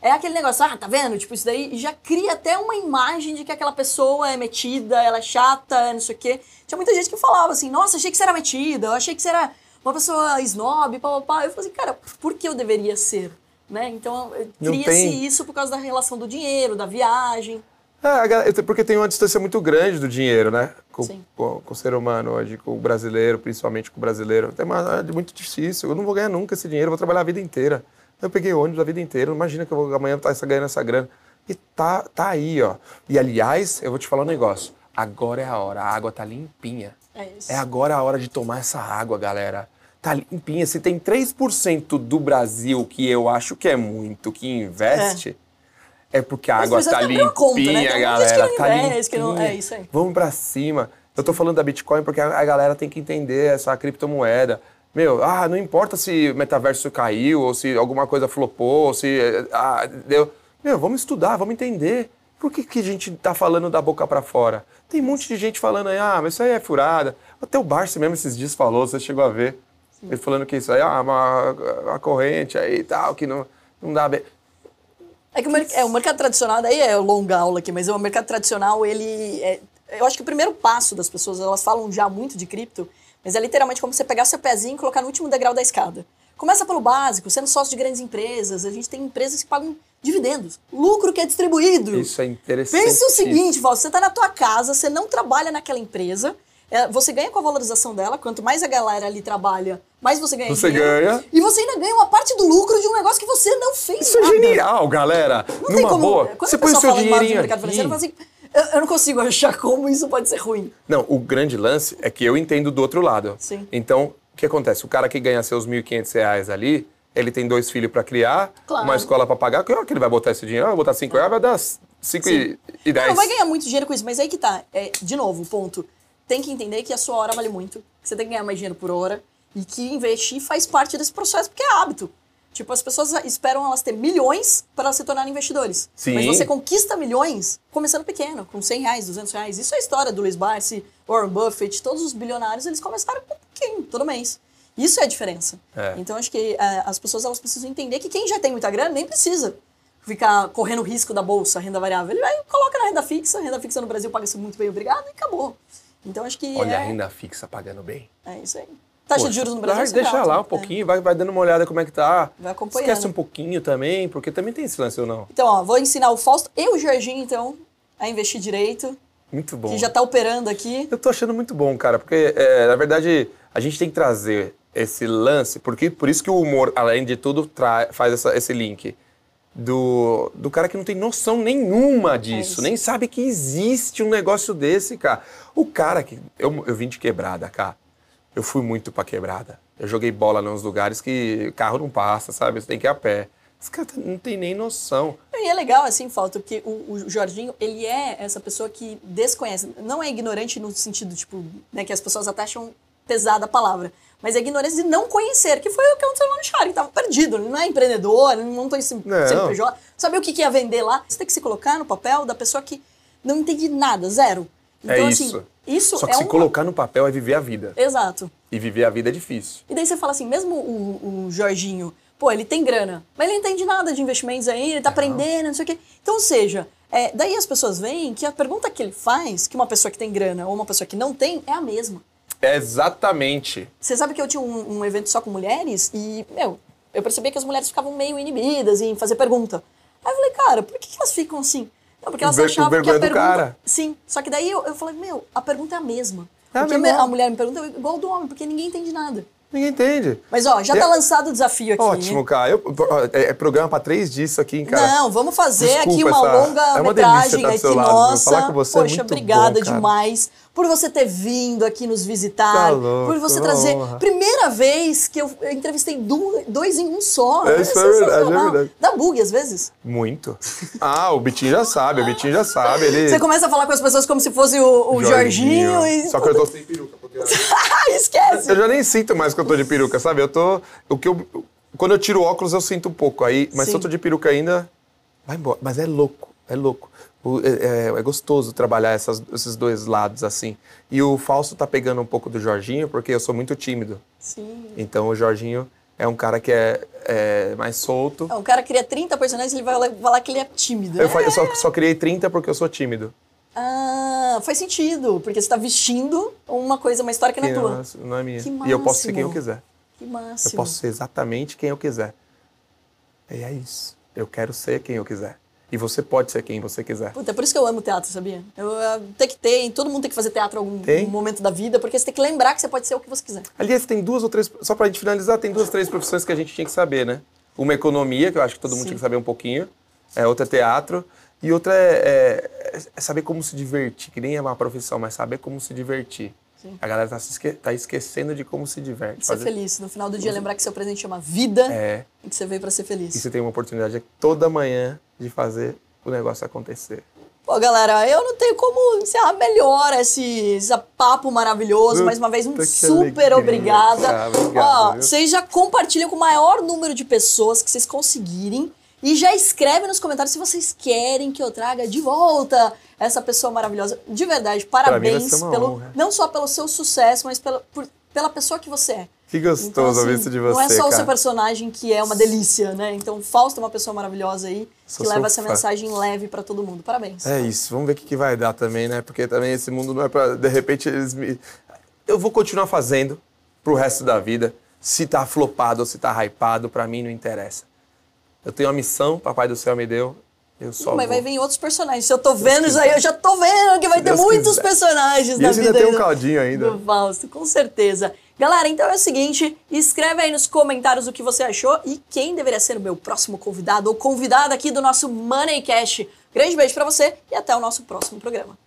é aquele negócio, tá vendo? Tipo, isso daí já cria até uma imagem de que aquela pessoa é metida, ela é chata, não sei o quê. Tinha muita gente que falava assim, nossa, achei que você era metida, eu achei que você era uma pessoa snob, papapá. Eu falei assim, cara, por que eu deveria ser? Né? Então, cria-se isso por causa da relação do dinheiro, da viagem. Porque tem uma distância muito grande do dinheiro, né? Com o ser humano hoje, com o brasileiro, principalmente com o brasileiro. É muito difícil. Eu não vou ganhar nunca esse dinheiro, eu vou trabalhar a vida inteira. Eu peguei ônibus a vida inteira, não imagina que eu vou amanhã estar ganhando essa grana. E tá aí, ó. E, aliás, eu vou te falar um negócio. Agora é a hora, a água tá limpinha. É isso. É agora a hora de tomar essa água, galera. Tá limpinha. Se tem 3% do Brasil, que eu acho que é muito, que investe... É porque a água tá limpinha, conta, né? Galera. Tá limpinha. É isso aí. Vamos pra cima. Eu tô falando da Bitcoin porque a galera tem que entender essa criptomoeda. Meu, não importa se o metaverso caiu, ou se alguma coisa flopou, ou se... deu. Meu, vamos estudar, vamos entender. Por que a gente tá falando da boca pra fora? Tem um monte de gente falando aí, mas isso aí é furada. Até o Barsi mesmo esses dias falou, você chegou a ver. Sim. Ele falando que isso aí é uma corrente aí e tal, que não dá bem... É que o mercado tradicional, daí é longa aula aqui, mas o mercado tradicional, eu acho que o primeiro passo das pessoas, elas falam já muito de cripto, mas é literalmente como você pegar seu pezinho e colocar no último degrau da escada. Começa pelo básico, sendo sócio de grandes empresas, a gente tem empresas que pagam dividendos, lucro que é distribuído. Isso é interessante. Pensa o seguinte, Val, você está na tua casa, você não trabalha naquela empresa, você ganha com a valorização dela, quanto mais a galera ali trabalha, mais você ganha dinheiro. E você ainda ganha uma parte do lucro de um negócio que você não fez Isso nada. É genial, galera. Não tem como. Boa. Quando você põe o seu dinheirinho mercado financeiro, eu falo assim, eu não consigo achar como isso pode ser ruim. Não, o grande lance é que eu entendo do outro lado. Sim. Então, o que acontece? O cara que ganha seus R$1.500 ali, ele tem 2 filhos para criar, uma escola para pagar, que hora que ele vai botar esse dinheiro? Vai botar R$5, vai dar 5,10. Não vai ganhar muito dinheiro com isso, mas aí que tá. De novo, ponto. Tem que entender que a sua hora vale muito, que você tem que ganhar mais dinheiro por hora e que investir faz parte desse processo porque é hábito. Tipo, as pessoas esperam elas ter milhões para elas se tornarem investidores. Sim. Mas você conquista milhões começando pequeno, com R$100, R$200. Isso é a história do Luiz Barsi, Warren Buffett, todos os bilionários, eles começaram com um pouquinho, todo mês. Isso é a diferença. Então, acho que as pessoas elas precisam entender que quem já tem muita grana nem precisa ficar correndo o risco da bolsa, renda variável. Ele vai e coloca na renda fixa no Brasil paga-se muito bem, obrigado, e acabou. Então, acho que olha, a renda fixa pagando bem. É isso aí. Taxa de juros no Brasil deixa lá um pouquinho, vai dando uma olhada como é que tá. Vai acompanhando. Esquece um pouquinho também, porque também tem esse lance ou não. Então, vou ensinar o Fausto e o Jorginho, então, a investir direito. Muito bom. Que já tá operando aqui. Eu tô achando muito bom, cara, porque, na verdade, a gente tem que trazer esse lance, porque por isso que o humor, além de tudo, faz esse link. Do cara que não tem noção nenhuma disso, nem sabe que existe um negócio desse, cara. O cara que... Eu vim de quebrada, cara. Eu fui muito pra quebrada. Eu joguei bola nos lugares que carro não passa, sabe? Você tem que ir a pé. Esse cara não tem nem noção. E é legal, assim, Falta, porque o Jorginho, ele é essa pessoa que desconhece. Não é ignorante no sentido, tipo, né, que as pessoas até acham pesada a palavra. Mas é ignorância de não conhecer, que foi o que aconteceu lá no Shark. Ele tava perdido, ele não é empreendedor, ele não tem CNPJ. Saber o que ia vender lá. Você tem que se colocar no papel da pessoa que não entende nada, zero. Então, isso. Isso só que se colocar no papel é viver a vida. Exato. E viver a vida é difícil. E daí você fala assim, mesmo o Jorginho, pô, ele tem grana, mas ele não entende nada de investimentos aí, ele tá aprendendo, não sei o quê. Então, ou seja, daí as pessoas veem que a pergunta que ele faz, que uma pessoa que tem grana ou uma pessoa que não tem, é a mesma. Exatamente. Você sabe que eu tinha um evento só com mulheres e, eu percebia que as mulheres ficavam meio inibidas em fazer pergunta. Aí eu falei, cara, por que elas ficam assim? Não, porque elas achavam que a pergunta... Cara. Sim, só que daí eu falei, a pergunta é a mesma. Porque a mulher me pergunta igual do homem, porque ninguém entende nada. Ninguém entende. Mas, já tá lançado o desafio aqui. Ótimo, cara. É programa pra 3 disso aqui, cara. Não, vamos fazer aqui uma longa-metragem aqui, nossa. Falar com você poxa, obrigada demais por você ter vindo aqui nos visitar. Tá louco, por você trazer. Primeira vez que eu entrevistei 2 em um só. Isso é verdade. Dá bug às vezes? Muito. O Bitinho já sabe, Ele... Você começa a falar com as pessoas como se fosse o Jorginho e... Só que eu tô sem peruca. Porque... Esquece! Eu já nem sinto mais que eu tô de peruca, sabe? Quando eu tiro o óculos eu sinto um pouco. Mas se eu tô de peruca ainda, vai embora. Mas é louco. É gostoso trabalhar esses 2 lados assim. E o Fausto tá pegando um pouco do Jorginho, porque eu sou muito tímido. Sim. Então o Jorginho é um cara que é mais solto. Um cara cria 30 personagens e ele vai falar que ele é tímido. Eu só criei 30 porque eu sou tímido. Ah, faz sentido, porque você tá vestindo uma história que não é tua. Não é minha. Que máximo. E eu posso ser quem eu quiser. Que máximo. Eu posso ser exatamente quem eu quiser. E é isso. Eu quero ser quem eu quiser. E você pode ser quem você quiser. Puta, é por isso que eu amo teatro, sabia? Todo mundo tem que fazer teatro em algum momento da vida, porque você tem que lembrar que você pode ser o que você quiser. Aliás, tem 2 ou 3, só pra gente finalizar, tem 2, 3 profissões que a gente tinha que saber, né? Uma é economia, que eu acho que todo mundo tinha que saber um pouquinho. Outra é teatro. E outra é saber como se divertir, que nem é uma profissão, mas saber como se divertir. Sim. A galera tá esquecendo de como se diverte. Ser feliz. No final do dia, lembrar que seu presente chama vida e que você veio pra ser feliz. E você tem uma oportunidade toda manhã de fazer o negócio acontecer. Pô, galera, eu não tenho como encerrar melhor esse papo maravilhoso. Mais uma vez, super obrigada. Obrigado, vocês já compartilham com o maior número de pessoas que vocês conseguirem. E já escreve nos comentários se vocês querem que eu traga de volta essa pessoa maravilhosa. De verdade, parabéns não só pelo seu sucesso, mas pela pessoa que você é. Que gostoso então, assim, ouvir isso de você, não é só cara. O seu personagem que é uma delícia, né? Então, Fausto é uma pessoa maravilhosa aí, que leva essa mensagem leve pra todo mundo. Parabéns. É isso, vamos ver o que vai dar também, né? Porque também esse mundo não é pra, de repente, eu vou continuar fazendo pro resto da vida. Se tá flopado ou se tá hypado, pra mim não interessa. Eu tenho uma missão, Papai do Céu me deu, eu só Mas vai vir outros personagens. Se eu tô vendo isso aí, eu já tô vendo que vai ter muitos personagens na vida. E ainda tem um caldinho ainda. Do Fausto, com certeza. Galera, então é o seguinte, escreve aí nos comentários o que você achou e quem deveria ser o meu próximo convidado ou convidada aqui do nosso Moneycast. Grande beijo pra você e até o nosso próximo programa.